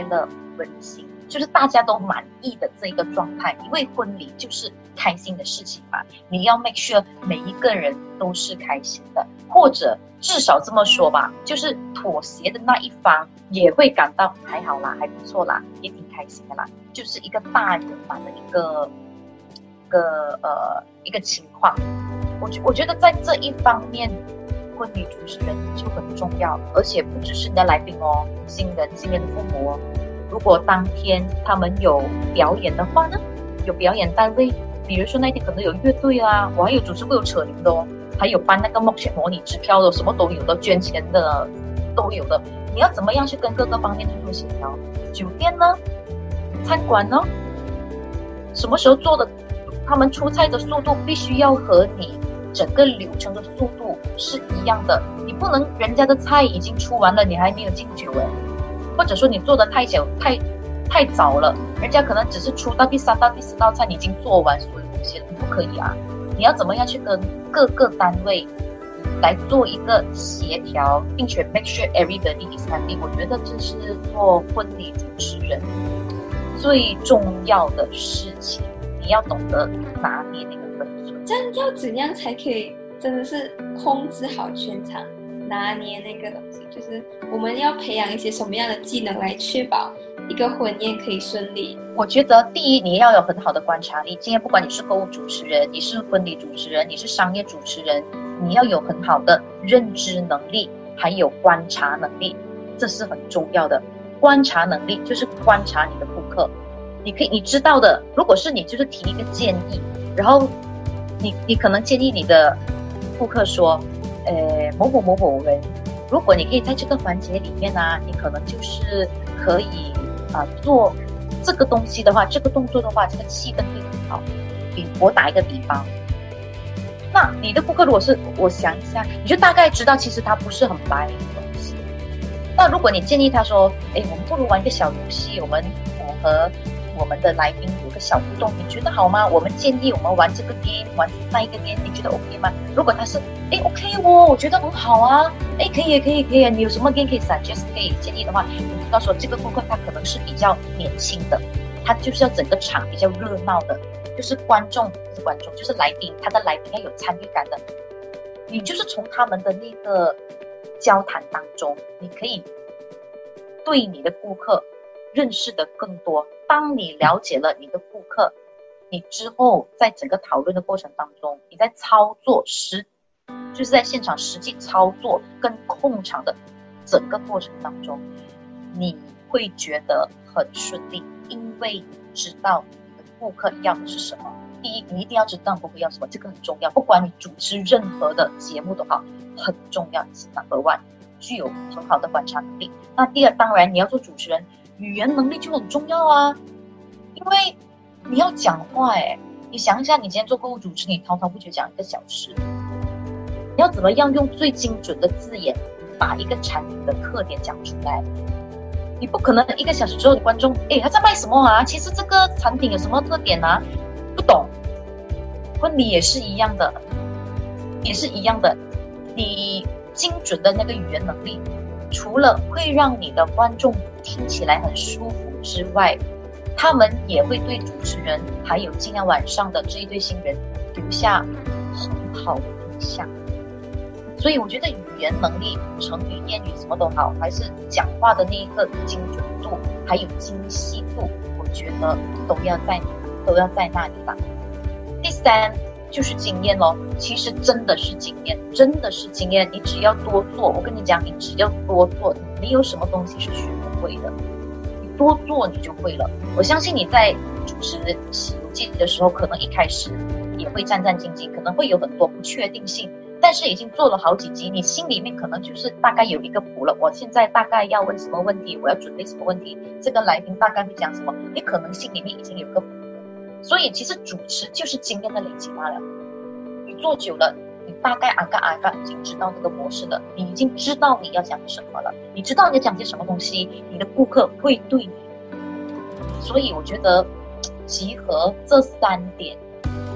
温馨，就是大家都满意的这一个状态。因为婚礼就是开心的事情嘛，你要 make sure 每一个人都是开心的，或者至少这么说吧，就是妥协的那一方也会感到还好啦，还不错啦，也挺开心的啦，就是一个大圆满的一个一个呃一个情况。我觉我觉得在这一方面，婚礼主持人就很重要，而且不只是你的来宾哦，新人、新人的父母哦。如果当天他们有表演的话呢，有表演单位，比如说那天可能有乐队啊，我还有主持会有扯铃的哦，还有颁那个目前模拟支票的，什么都有的，捐钱的都有的。你要怎么样去跟各个方面去做协调？酒店呢？餐馆呢？什么时候做的？他们出菜的速度必须要和你整个流程的速度是一样的，你不能人家的菜已经出完了，你还没有敬酒哎，或者说你做的太久太太早了，人家可能只是出到第三道、第四道菜，你已经做完所有东西了，不可以啊！你要怎么样去跟各个单位来做一个协调，并且 make sure everybody is happy？ 我觉得这是做婚礼主持人最重要的事情，你要懂得拿捏那个分寸。 这样要怎样才可以真的是控制好全场，拿捏那个东西？就是我们要培养一些什么样的技能来确保一个婚宴可以顺利？ 我觉得第一，你要有很好的观察力。今天不管你是购物主持人，你是婚礼主持人，你是商业主持人，你要有很好的认知能力，还有观察能力，这是很重要的。观察能力就是观察你的顾客，你可以你知道的，如果是你就是提一个建议，然后你你可能建议你的顾客说，呃某某某某人，如果你可以在这个环节里面啊，你可能就是可以啊、呃、做这个东西的话，这个动作的话，这个气氛会很好。比我打一个比方，那你的顾客如果是我想一下，你就大概知道其实他不是很白的东西。那如果你建议他说，哎，我们不如玩一个小游戏，我们呃和我们的来宾有个小互动，你觉得好吗？我们建议我们玩这个 game， 玩那一个 game， 你觉得 OK 吗？如果他是哎 OK 哦，我觉得很好啊，哎可以可以可以，你有什么 game 可以 suggest 可以建议的话，你知道说这个顾客他可能是比较年轻的，他就是要整个场比较热闹的，就是观众不是观众就是来宾，他的来宾要有参与感的。你就是从他们的那个交谈当中，你可以对你的顾客认识的更多。当你了解了你的顾客，你之后在整个讨论的过程当中，你在操作实就是在现场实际操作跟控场的整个过程当中，你会觉得很顺利，因为你知道你的顾客要的是什么。第一，你一定要知道顾客要什么，这个很重要。不管你主持任何的节目都好，很重要，是 number one， 具有很好的观察能力。那第二，当然你要做主持人，语言能力就很重要啊，因为你要讲话哎，你想一下，你今天做购物主持，你滔滔不绝讲一个小时，你要怎么样用最精准的字眼把一个产品的特点讲出来？你不可能一个小时之后，你观众哎他在卖什么啊？其实这个产品有什么特点啊？不懂。婚礼也是一样的，也是一样的。你精准的那个语言能力，除了会让你的观众听起来很舒服之外，他们也会对主持人还有今天晚上的这一对新人留下很好的印象。所以我觉得语言能力、成语、谚语什么都好，还是讲话的那一个精准度还有精细度，我觉得都要在都要在那里吧。第三就是经验咯，其实真的是经验，真的是经验。你只要多做，我跟你讲，你只要多做，没有什么东西是学不会的，你多做你就会了。我相信你在主持《西游记》的时候，可能一开始也会战战兢兢，可能会有很多不确定性，但是已经做了好几集，你心里面可能就是大概有一个谱了。我现在大概要问什么问题，我要准备什么问题，这个来宾大概会讲什么，你可能心里面已经有个谱了。所以其实主持就是经验的累积罢了。你做久了，你大概按个按个已经知道这个模式了，你已经知道你要讲什么了，你知道你要讲些什么东西，你的顾客会对你。所以我觉得集合这三点，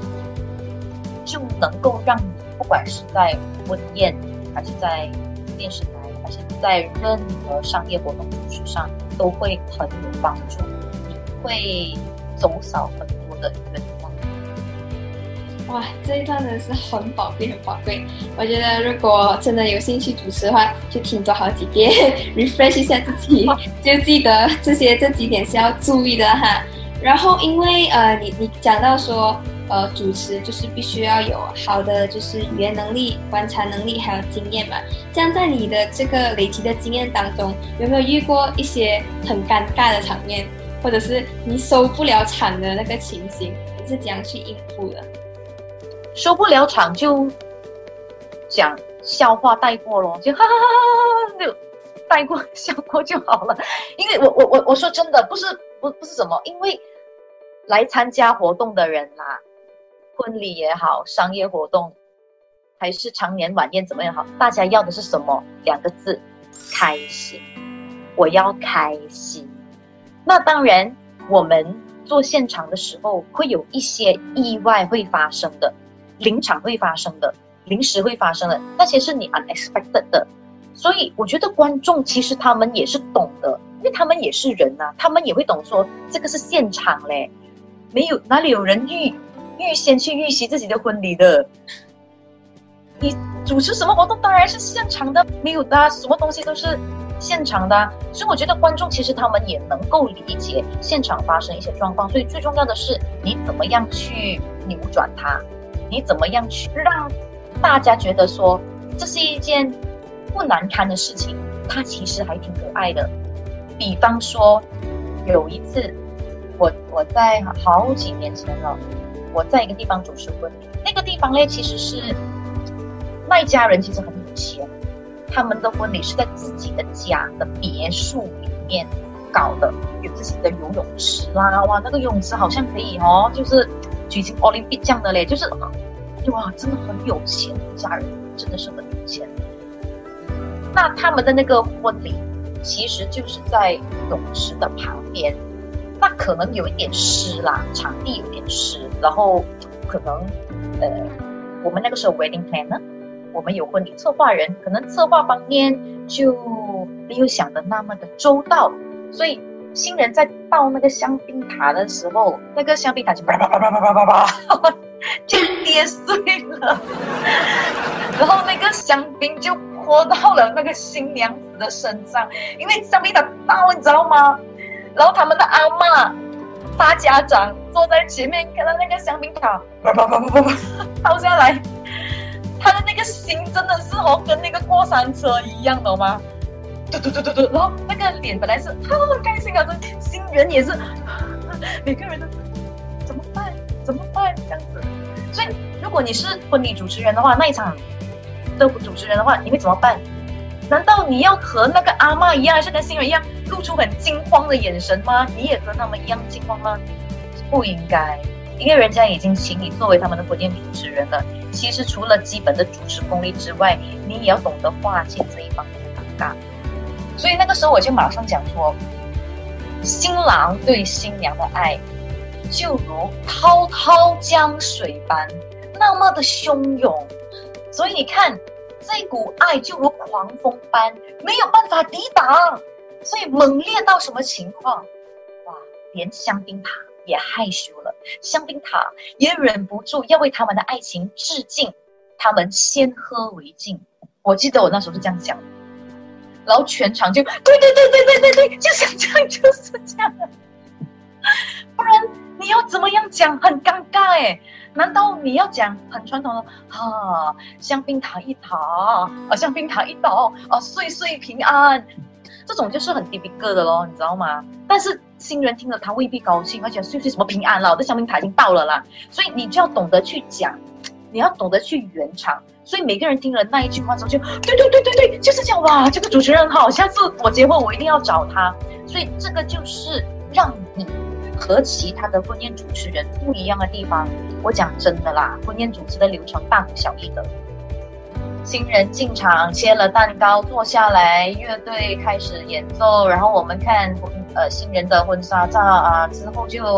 就能够让你不管是在婚宴，还是在电视台， 还是在任何商业活动主持上都会很有帮助，你会走少很多的冤枉。 哇，这一段真的是很宝贵很宝贵，我觉得如果真的有兴趣主持的话，就听多好几遍refresh 一下自己，就记得这些这几点是要注意的哈。然后因为呃你你讲到说呃主持就是必须要有好的就是语言能力、观察能力还有经验嘛，这样在你的这个累积的经验当中，有没有遇过一些很尴尬的场面，或者是你收不了场的那个情形，你是怎样去应付的？ 收不了场就讲笑话带过咯，就哈哈哈哈就带过笑过就好了。因为我我我我说真的，不是不不是什么，因为来参加活动的人啦，婚礼也好，商业活动还是常年晚宴怎么样好，大家要的是什么？两个字，开心。我要开心。那当然，我们做现场的时候会有一些意外会发生的。临场会发生的，临时会发生的，那些是你 unexpected 的，所以我觉得观众其实他们也是懂的，因为他们也是人啊，他们也会懂说这个是现场嘞，没有哪里有人预预先去预习自己的婚礼的。你主持什么活动当然是现场的，没有的，什么东西都是现场的，所以我觉得观众其实他们也能够理解现场发生一些状况，所以最重要的是你怎么样去扭转它。你怎么样去让大家觉得说这是一件不难堪的事情，它其实还挺可爱的。比方说有一次我我在好几年前了，我在一个地方主持婚礼，那个地方呢其实是那一家人其实很有钱，他们的婚礼是在自己的家的别墅里面搞的，有自己的游泳池啦，哇，那个游泳池好像可以哦，就是举行奥林匹克这样的嘞，就是哇，真的很有钱，家人真的是很有钱。那他们的那个婚礼其实就是在泳池的旁边，那可能有一点湿啦，场地有点湿，然后可能呃，我们那个时候 wedding planner， 我们有婚礼策划人，可能策划方面就没有想的那么的周到，所以新人在到那个香槟塔的时候，那个香槟塔就叭叭叭叭叭叭叭就跌碎了，然后那个香槟就泼到了那个新娘子的身上，因为香槟塔倒，你知道吗？然后他们的阿嬷、大家长坐在前面，看到那个香槟塔叭叭叭叭叭倒下来，他的那个心真的是哦，跟那个过山车一样，懂吗？嘟嘟嘟嘟嘟，然后那个脸本来是很开心啊，这新人也是，每个人都怎么办？怎么办？这样子。所以，如果你是婚礼主持人的话，那一场的主持人的话，你会怎么办？难道你要和那个阿嬷一样，还是跟新人一样，露出很惊慌的眼神吗？你也和他们一样惊慌吗？不应该，因为人家已经请你作为他们的婚宴主持人了。其实除了基本的主持功力之外，你也要懂得化解这一方面的尴尬。所以那个时候我就马上讲说，新郎对新娘的爱就如滔滔江水般那么的汹涌，所以你看这股爱就如狂风般没有办法抵挡，所以猛烈到什么情况？哇，连香槟塔也害羞了，香槟塔也忍不住要为他们的爱情致敬，他们先喝为敬。我记得我那时候是这样讲，然后全场就对对对对对对对，就是这样，就是这样。不然你要怎么样讲？很尴尬哎。难道你要讲很传统的哈、啊，香槟塔一塔啊，香槟塔一倒啊，岁岁平安，这种就是很 typical 的咯，你知道吗？但是新人听了他未必高兴，而且岁岁什么平安了，我的香槟塔已经到了啦，所以你就要懂得去讲，你要懂得去圆场。所以每个人听了那一句话之后就对对对对对，就是这样哇！这个主持人好，下次我结婚我一定要找他。所以这个就是让你和其他的婚宴主持人不一样的地方。我讲真的啦，婚宴主持的流程大同小异的。新人进场切了蛋糕，坐下来，乐队开始演奏，然后我们看呃新人的婚纱照啊，之后就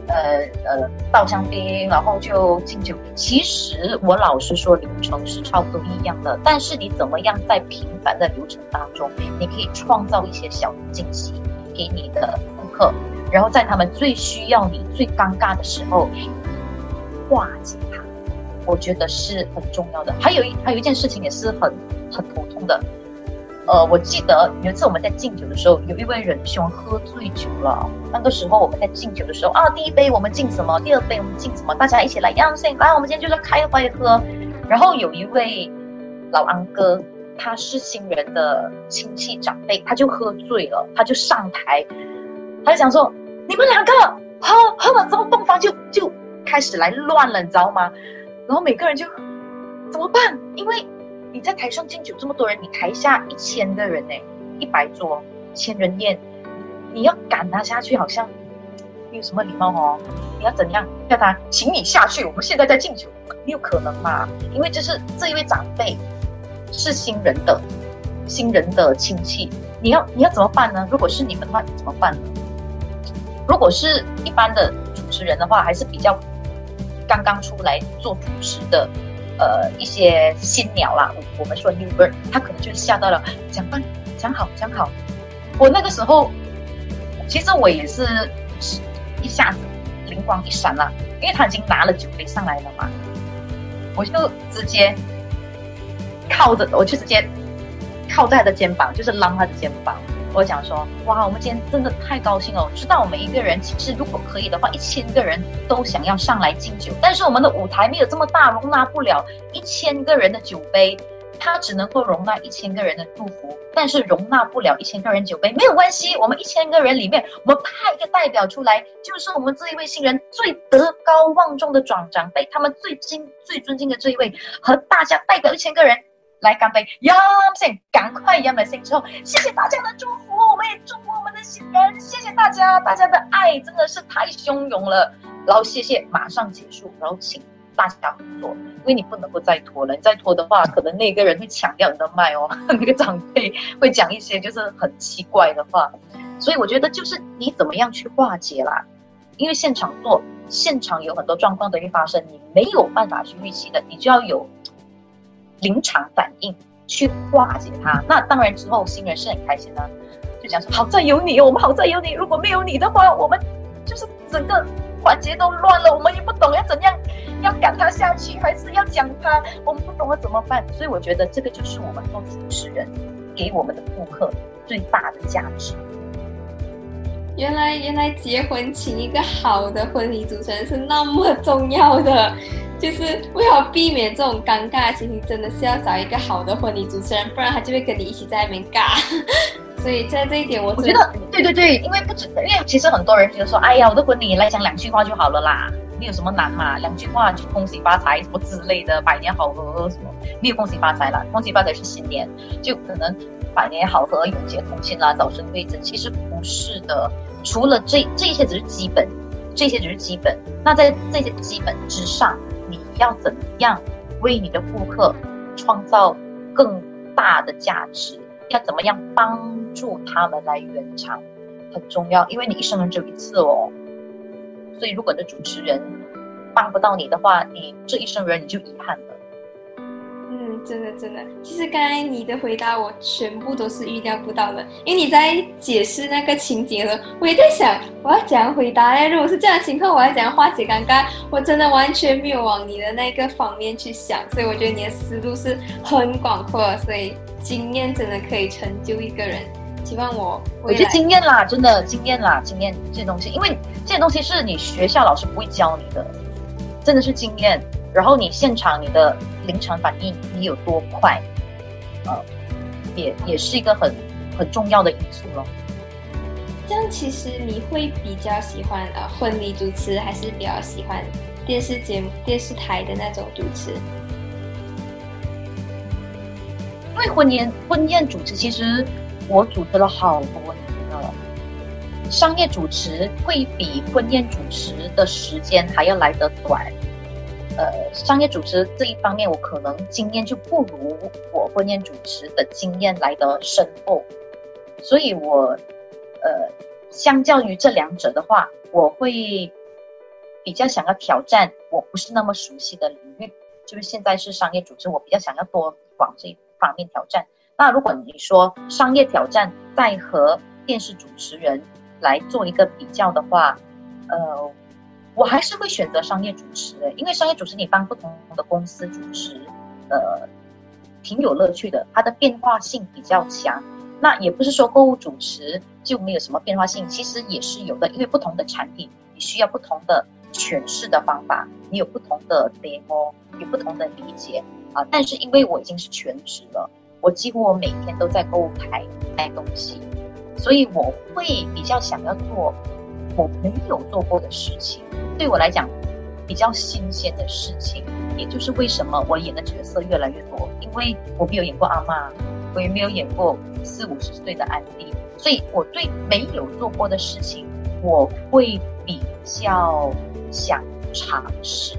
呃呃倒香槟，然后就敬酒。其实我老实说，流程是差不多一样的，但是你怎么样在平凡的流程当中，你可以创造一些小的惊喜给你的顾客，然后在他们最需要你、最尴尬的时候化解它，我觉得是很重要的。还有一还有一件事情也是很很头痛的。呃，我记得有一次我们在敬酒的时候，有一位仁兄喝醉酒了。那个时候我们在敬酒的时候啊，第一杯我们敬什么，第二杯我们敬什么，大家一起来样性，来，我们今天就是开怀喝。然后有一位老安哥，他是新人的亲戚长辈，他就喝醉了，他就上台，他就讲说：“你们两个喝喝了之后，洞房就就开始来乱了，你知道吗？”然后每个人就怎么办？因为你在台上敬酒这么多人，你台下一千个人呢，一百桌千人宴，你要赶他下去，好像没有什么礼貌哦。你要怎样叫他请你下去？我们现在在敬酒，没有可能嘛？因为这是这一位长辈是新人的新人的亲戚，你要你要怎么办呢？如果是你们的话，你怎么办呢？如果是一般的主持人的话，还是比较刚刚出来做主持的。呃，一些新鸟啦，我们说 new bird， 他可能就吓到了，讲办，讲好，讲好。我那个时候，其实我也是一下子灵光一闪啦，因为他已经拿了酒杯上来了嘛，我就直接靠着，我就直接靠在他的肩膀，就是拉他的肩膀。我讲说，哇，我们今天真的太高兴了！我知道我们一个人，其实如果可以的话，一千个人都想要上来敬酒，但是我们的舞台没有这么大，容纳不了一千个人的酒杯，它只能够容纳一千个人的祝福，但是容纳不了一千个人酒杯，没有关系，我们一千个人里面，我们派一个代表出来，就是我们这一位新人最德高望重的长长辈，他们最敬最尊敬的这一位，和大家代表一千个人。来干杯！扬声，赶快扬了声之后，谢谢大家的祝福，我们也祝福我们的新人，谢谢大家，大家的爱真的是太汹涌了。然后谢谢，马上结束，然后请大家合作，因为你不能够再拖了，你再拖的话，可能那个人会抢掉你的麦哦，那个长辈会讲一些就是很奇怪的话，所以我觉得就是你怎么样去化解啦，因为现场做，现场有很多状况都会发生，你没有办法去预期的，你就要有临场反应去化解它。那当然之后新人是很开心的、啊，就讲说好在有你，我们好在有你，如果没有你的话，我们就是整个环节都乱了，我们也不懂要怎样，要赶他下去还是要讲他，我们不懂要怎么办。所以我觉得这个就是我们做主持人给我们的顾客最大的价值。 原来原来结婚请一个好的婚礼主持人是那么重要的，就是为了避免这种尴尬的情形，真的是要找一个好的婚礼主持人，不然他就会跟你一起在那边尬。所以在这一点我， 我觉得对对对，因为不止，因为其实很多人觉得说，哎呀，我的婚礼来讲两句话就好了啦，没有什么难嘛，两句话就恭喜发财什么之类的，百年好合什么，没有恭喜发财啦，恭喜发财是新年，就可能百年好合、永结同心啦、早生贵子，其实不是的。除了这这些只是基本，这些只是基本。那在这些基本之上，你要怎样为你的顾客创造更大的价值？要怎么样帮助他们来圆场，很重要，因为你一生人只有一次哦。所以如果你的主持人帮不到你的话，你这一生人你就遗憾了。 嗯，真的真的，其实刚才你的回答我全部都是预料不到的，因为你在解释那个情节的时候，我也在想我要怎样回答呢？如果是这样的情况，我要怎样化解尴尬？我真的完全没有往你的那个方面去想，所以我觉得你的思路是很广阔，所以经验真的可以成就一个人。希望我我觉得经验啦，真的经验啦，经验这些东西，因为这些东西是你学校老师不会教你的，真的是经验。然后你现场你的临场反应你有多快，呃，也也是一个很很重要的因素咯。 这样其实你会比较喜欢呃婚礼主持，还是比较喜欢电视节目、电视台的那种主持？ 因为婚宴婚宴主持，其实我主持了好多年了。商业主持会比婚宴主持的时间还要来得短。呃，商业主持这一方面，我可能经验就不如我婚宴主持的经验来得深厚，所以我呃，相较于这两者的话，我会比较想要挑战我不是那么熟悉的领域，就是现在是商业主持，我比较想要多往这一方面挑战。那如果你说商业挑战再和电视主持人来做一个比较的话，呃，我还是会选择商业主持，因为商业主持你帮不同的公司主持，呃，挺有乐趣的，它的变化性比较强。那也不是说购物主持就没有什么变化性，其实也是有的，因为不同的产品你需要不同的诠释的方法，你有不同的 demo， 有不同的理解啊。但是因为我已经是全职了，我几乎我每天都在购物台卖东西，所以我会比较想要做我没有做过的事情，对我来讲比较新鲜的事情。也就是为什么我演的角色越来越多，因为我没有演过阿嬷，我也没有演过四五十岁的安迪，所以我对没有做过的事情我会比较想尝试。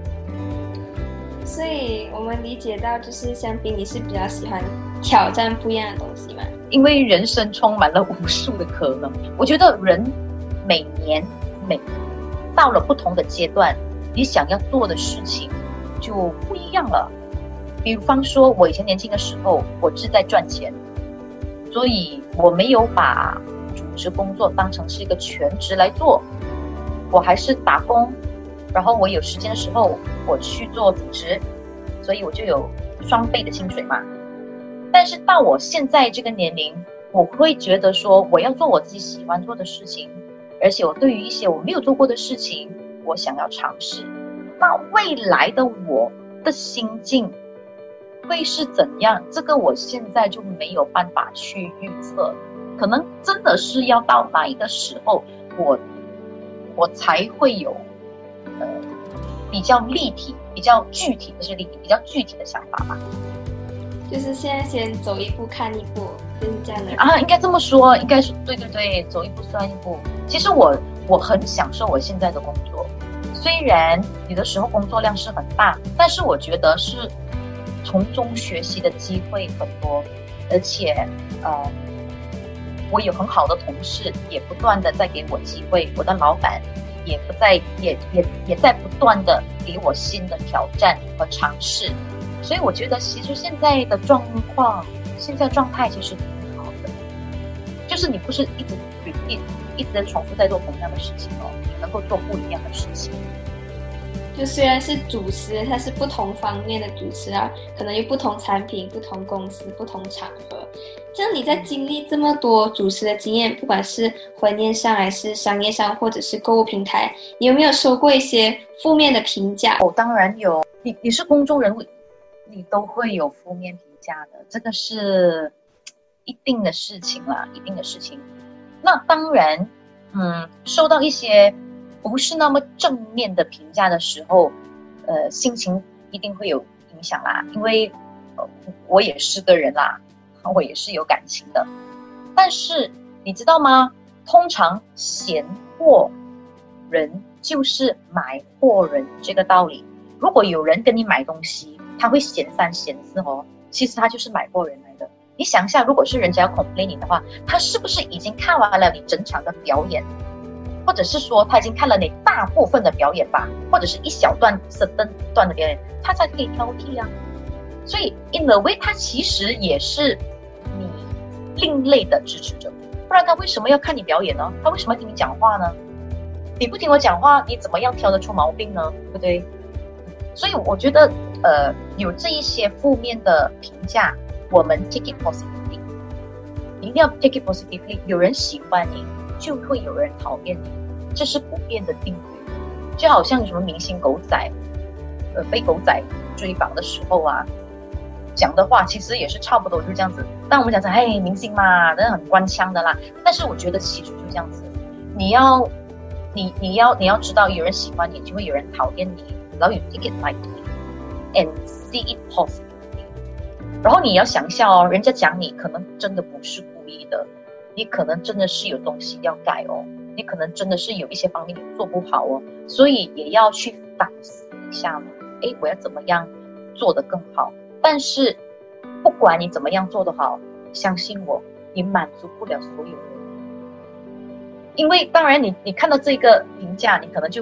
所以我们理解到，就是香槟你是比较喜欢挑战不一样的东西嘛？ 因为人生充满了无数的可能，我觉得人每年每到了不同的阶段，你想要做的事情就不一样了。比方说我以前年轻的时候，我是在赚钱，所以我没有把主持工作当成是一个全职来做，我还是打工，然后我有时间的时候我去做主持，所以我就有双倍的薪水嘛。但是到我现在这个年龄，我会觉得说我要做我自己喜欢做的事情，而且我对于一些我没有做过的事情我想要尝试。那未来的我的心境会是怎样，这个我现在就没有办法去预测，可能真的是要到那一个时候我我才会有呃比较立体比较具体不是立体比较具体的想法吧。 就是现在先走一步看一步，就是这样的啊，应该这么说，应该是对对对，走一步算一步。其实我我很享受我现在的工作，虽然有的时候工作量是很大，但是我觉得是从中学习的机会很多，而且呃，我有很好的同事，也不断的在给我机会，我的老板也不在也也也在不断的给我新的挑战和尝试。所以我觉得其实现在的状况现在状态其实挺好的，就是你不是一直一一直重复在做同样的事情哦，你能够做不一样的事情。 就虽然是主持，它是不同方面的主持啊，可能有不同产品、不同公司、不同场合。这样你在经历这么多主持的经验，不管是婚宴上还是商业上，或者是购物平台，你有没有收过一些负面的评价？ 哦，当然有，你你是公众人物，你都会有负面评价的，这个是一定的事情啦，一定的事情。那当然，嗯，受到一些不是那么正面的评价的时候，呃，心情一定会有影响啦，因为、呃、我也是个人啦，我也是有感情的。但是你知道吗？通常嫌货人就是买货人这个道理。如果有人跟你买东西，他会嫌三嫌四哦，其实他就是买货人来的。你想一下，如果是人家要 complain 你的话，他是不是已经看完了你整场的表演，或者是说他已经看了你大部分的表演吧，或者是一小段是段段的表演，他才可以挑剔啊。所以 in a way 他其实也是你另类的支持者，不然他为什么要看你表演呢？他为什么要听你讲话呢？你不听我讲话，你怎么样挑得出毛病呢？对不对？所以我觉得呃，有这一些负面的评价，我们 take it positively， 一定要 take it positively。 有人喜欢你，就会有人讨厌你，这是不变的定律。就好像什么明星狗仔呃，被狗仔追访的时候啊，讲的话其实也是差不多就是这样子。但我们讲讲嘿明星嘛，那很官腔的啦，但是我觉得其实就这样子，你要你你要你要知道，有人喜欢你，就会有人讨厌你，然后you take it lightly and see it positively。 然后你要想一下哦，人家讲你可能真的不是故意的，你可能真的是有东西要改哦，你可能真的是有一些方面你做不好哦，所以也要去反思一下嘛。诶，我要怎么样做得更好？但是不管你怎么样做得好，相信我，你满足不了所有人。因为当然你你看到这个评价，你可能就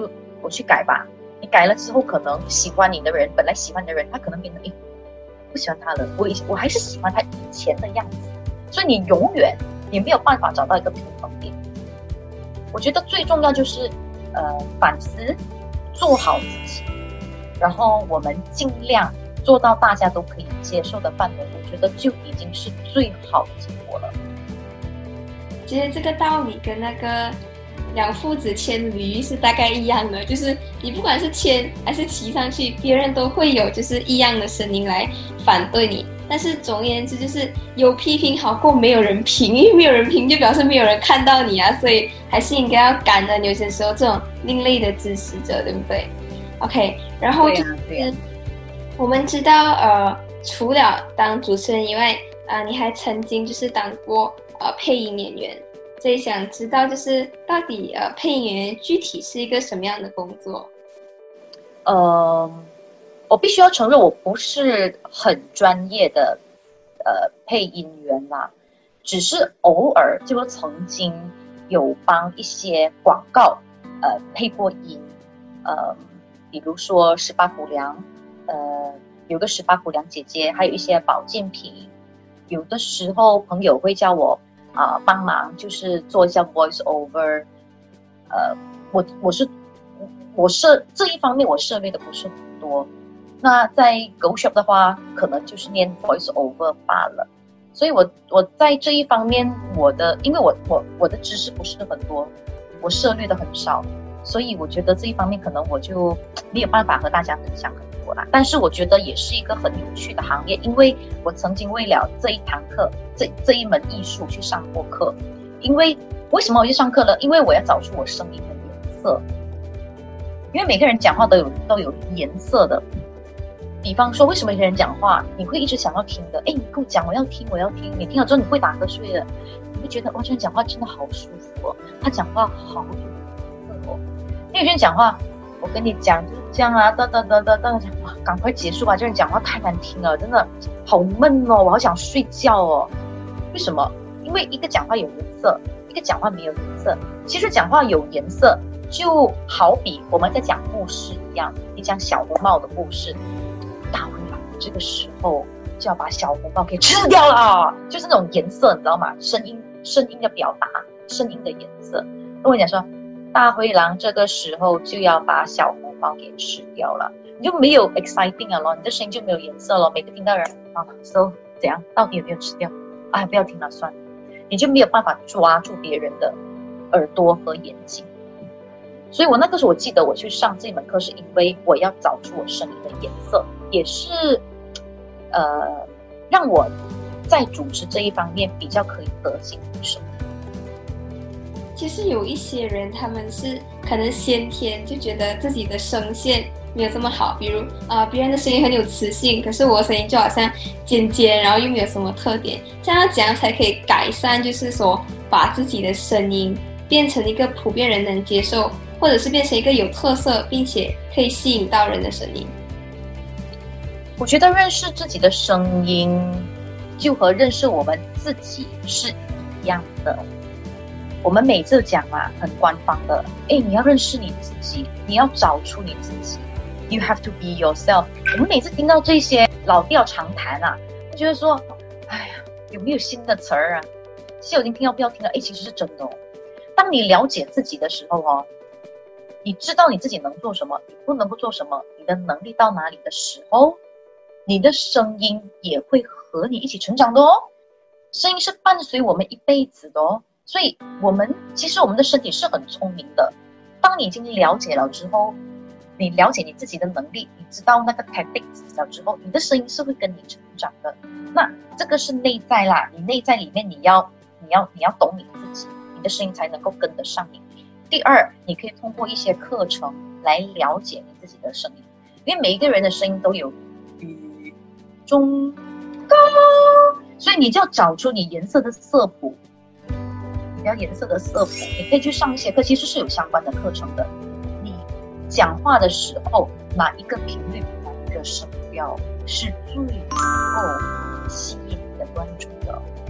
我去改吧。你改了之后，可能喜欢你的人，本来喜欢你的人，他可能变得诶不喜欢他了，我我还是喜欢他以前的样子。所以你永远你没有办法找到一个平衡点。我觉得最重要就是呃反思，做好自己，然后我们尽量做到大家都可以接受的范围，我觉得就已经是最好的结果了。 其实这个道理跟那个两父子牵驴是大概一样的，就是你不管是牵还是骑上去，别人都会有就是一样的声音来反对你。但是总而言之，就是有批评好过没有人评，因为没有人评就表示没有人看到你啊，所以还是应该要感恩有些时候这种另类的支持者，对不对 ？OK， 然后就是、 对啊对啊、 我们知道呃，除了当主持人以外，啊、呃，你还曾经就是当过呃配音演员。所以想知道就是到底呃配音演员具体是一个什么样的工作？ 呃，我必须要承认我不是很专业的呃配音员啦，只是偶尔就曾经有帮一些广告呃配过音，呃，比如说十八姑娘，呃，有个十八姑娘姐姐，还有一些保健品，有的时候朋友会叫我。啊、呃，帮忙就是做一下 voice over， 呃，我我是我涉这一方面我涉猎的不是很多。那在 Go Shop 的话，可能就是念 voice over 罢了。所以我我在这一方面，我的因为我我我的知识不是很多，我涉猎的很少，所以我觉得这一方面可能我就没有办法和大家分享很多啦。但是我觉得也是一个很有趣的行业，因为我曾经为了这一堂课。这这一门艺术去上过课，因为为什么我去上课呢？因为我要找出我声音的颜色，因为每个人讲话都有都有颜色的。比方说，为什么有些人讲话你会一直想要听的？哎，你跟我讲，我要听，我要听。你听了之后你会打瞌睡的，你会觉得哇，这人讲话真的好舒服哦，他讲话好有颜色哦。因为有些人讲话，我跟你讲就是这样啊，哒哒哒哒哒，讲哇，赶快结束吧，这人讲话太难听了，真的好闷哦，我好想睡觉哦。为什么？因为一个讲话有颜色，一个讲话没有颜色。其实讲话有颜色，就好比我们在讲故事一样。你讲小红帽的故事，大灰狼这个时候就要把小红帽给吃掉了，就是那种颜色，你知道吗？声音、声音的表达，声音的颜色。跟我讲说，大灰狼这个时候就要把小红帽给吃掉了，你就没有 exciting 了咯，你的声音就没有颜色了。每个听到人啊 ，so 怎样？到底有没有吃掉？哎，不要听了算了，你就没有办法抓住别人的耳朵和眼睛。所以我那个时候我记得我去上这门课，是因为我要找出我声音的颜色，也是呃让我在主持这一方面比较可以得心应手。 其实有一些人他们是可能先天就觉得自己的声线没有这么好，比如啊、呃，别人的声音很有磁性，可是我的声音就好像尖尖，然后又没有什么特点。这样怎样才可以改善？就是说，把自己的声音变成一个普遍人能接受，或者是变成一个有特色，并且可以吸引到人的声音。 我觉得认识自己的声音，就和认识我们自己是一样的。我们每次讲啊，很官方的，哎，你要认识你自己，你要找出你自己。You have to be yourself。我们每次听到这些老调常谈啊，就觉得说，哎呀，有没有新的词儿啊？其实我已经听到不要听了，哎，其实是真的哦。当你了解自己的时候哦，你知道你自己能做什么，你不能够做什么，你的能力到哪里的时候，你的声音也会和你一起成长的哦。声音是伴随我们一辈子的哦。所以我们其实我们的身体是很聪明的。当你已经了解了之后，你了解你自己的能力，你知道那个 tactics 了之后，你的声音是会跟你成长的。那这个是内在啦，你内在里面你要你要你要懂你自己，你的声音才能够跟得上你。第二，你可以通过一些课程来了解你自己的声音，因为每一个人的声音都有低、中、高，所以你就要找出你颜色的色谱。你要颜色的色谱，你可以去上一些课，其实是有相关的课程的。你讲话的时候，哪一个频率、哪一个声调是最能够吸引你的关注的？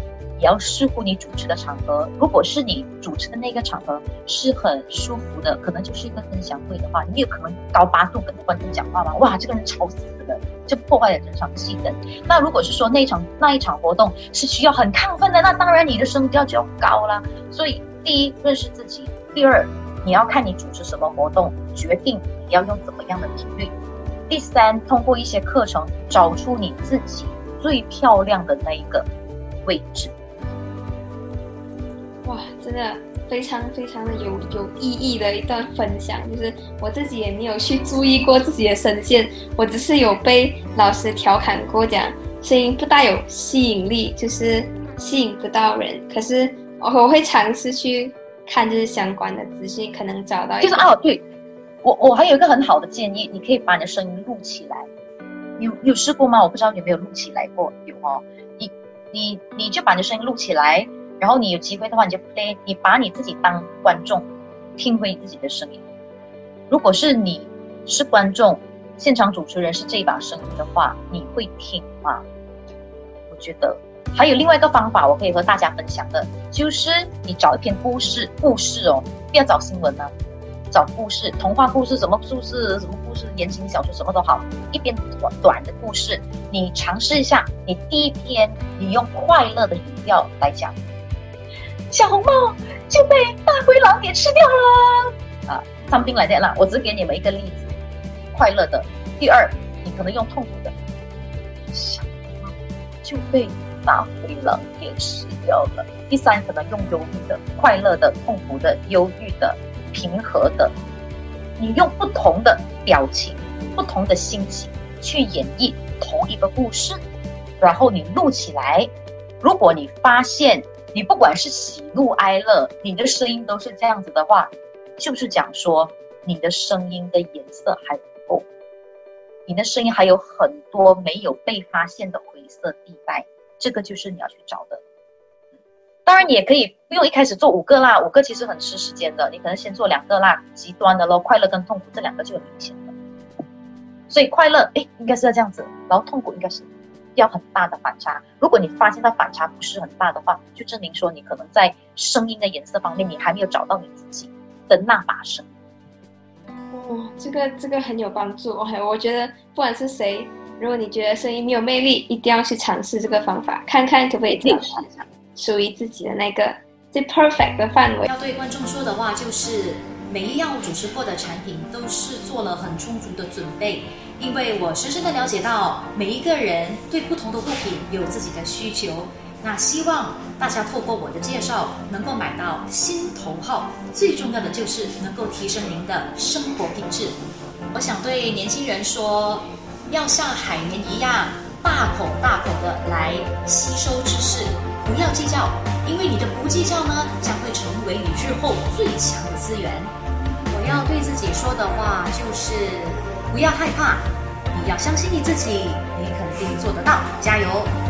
也要视乎你主持的场合。如果是你主持的那个场合是很舒服的，可能就是一个分享会的话，你有可能高八度跟观众讲话吗？哇，这个人吵死了，就破坏了整场气氛。那如果是说那一场那一场活动是需要很亢奋的，那当然你的声调就要高啦。所以第一，认识自己；第二，你要看你主持什么活动，决定你要用怎么样的频率；第三，通过一些课程找出你自己最漂亮的那一个位置。 哇，真的非常非常的有有意义的一段分享，就是我自己也没有去注意过自己的声线，我只是有被老师调侃过讲声音不大有吸引力，就是吸引不到人。可是我会尝试去看就是相关的资讯，可能找到一个就是哦，对，我我还有一个很好的建议，你可以把你的声音录起来。你有你有试过吗？我不知道你有没有录起来过，有哦。你你你就把你的声音录起来。然后你有机会的话，你就 play， 你把你自己当观众，听回你自己的声音。如果是你是观众，现场主持人是这一把声音的话，你会听吗？我觉得还有另外一个方法，我可以和大家分享的，就是你找一篇故事，故事哦，不要找新闻啊，找故事，童话故事，什么故事，什么故事，言情小说，什么都好，一篇短短的故事，你尝试一下，你第一篇你用快乐的语调来讲。小红帽就被大灰狼给吃掉了啊 ，something like that 啦。我只给你们一个例子，快乐的。第二，你可能用痛苦的，小红帽就被大灰狼给吃掉了。第三，可能用忧郁的、快乐的、痛苦的、忧郁的、平和的。你用不同的表情、不同的心情去演绎同一个故事，然后你录起来。如果你发现你不管是喜怒哀乐，你的声音都是这样子的话，就是讲说你的声音的颜色还不够，你的声音还有很多没有被发现的灰色地带，这个就是你要去找的。当然你也可以不用一开始做五个啦，五个其实很吃时间的，你可能先做两个啦，极端的咯，快乐跟痛苦这两个就很明显的。所以快乐诶应该是要这样子，然后痛苦应该是要很大的反差。如果你发现到反差不是很大的话，就证明说你可能在声音的颜色方面你还没有找到你自己的那把声。 哦，这个这个很有帮助。我觉得不管是谁，如果你觉得声音没有魅力，一定要去尝试这个方法，看看可不可以找到属于自己的那个最 perfect 的范围。 要对观众说的话就是，每一样我主持过的产品都是做了很充足的准备，因为我深深的了解到每一个人对不同的物品有自己的需求。那希望大家透过我的介绍能够买到心头好，最重要的就是能够提升您的生活品质。我想对年轻人说，要像海绵一样大口大口的来吸收知识，不要计较，因为你的不计较呢，将会成为你日后最强的资源。我要对自己说的话就是，不要害怕，你要相信你自己，你肯定做得到，加油！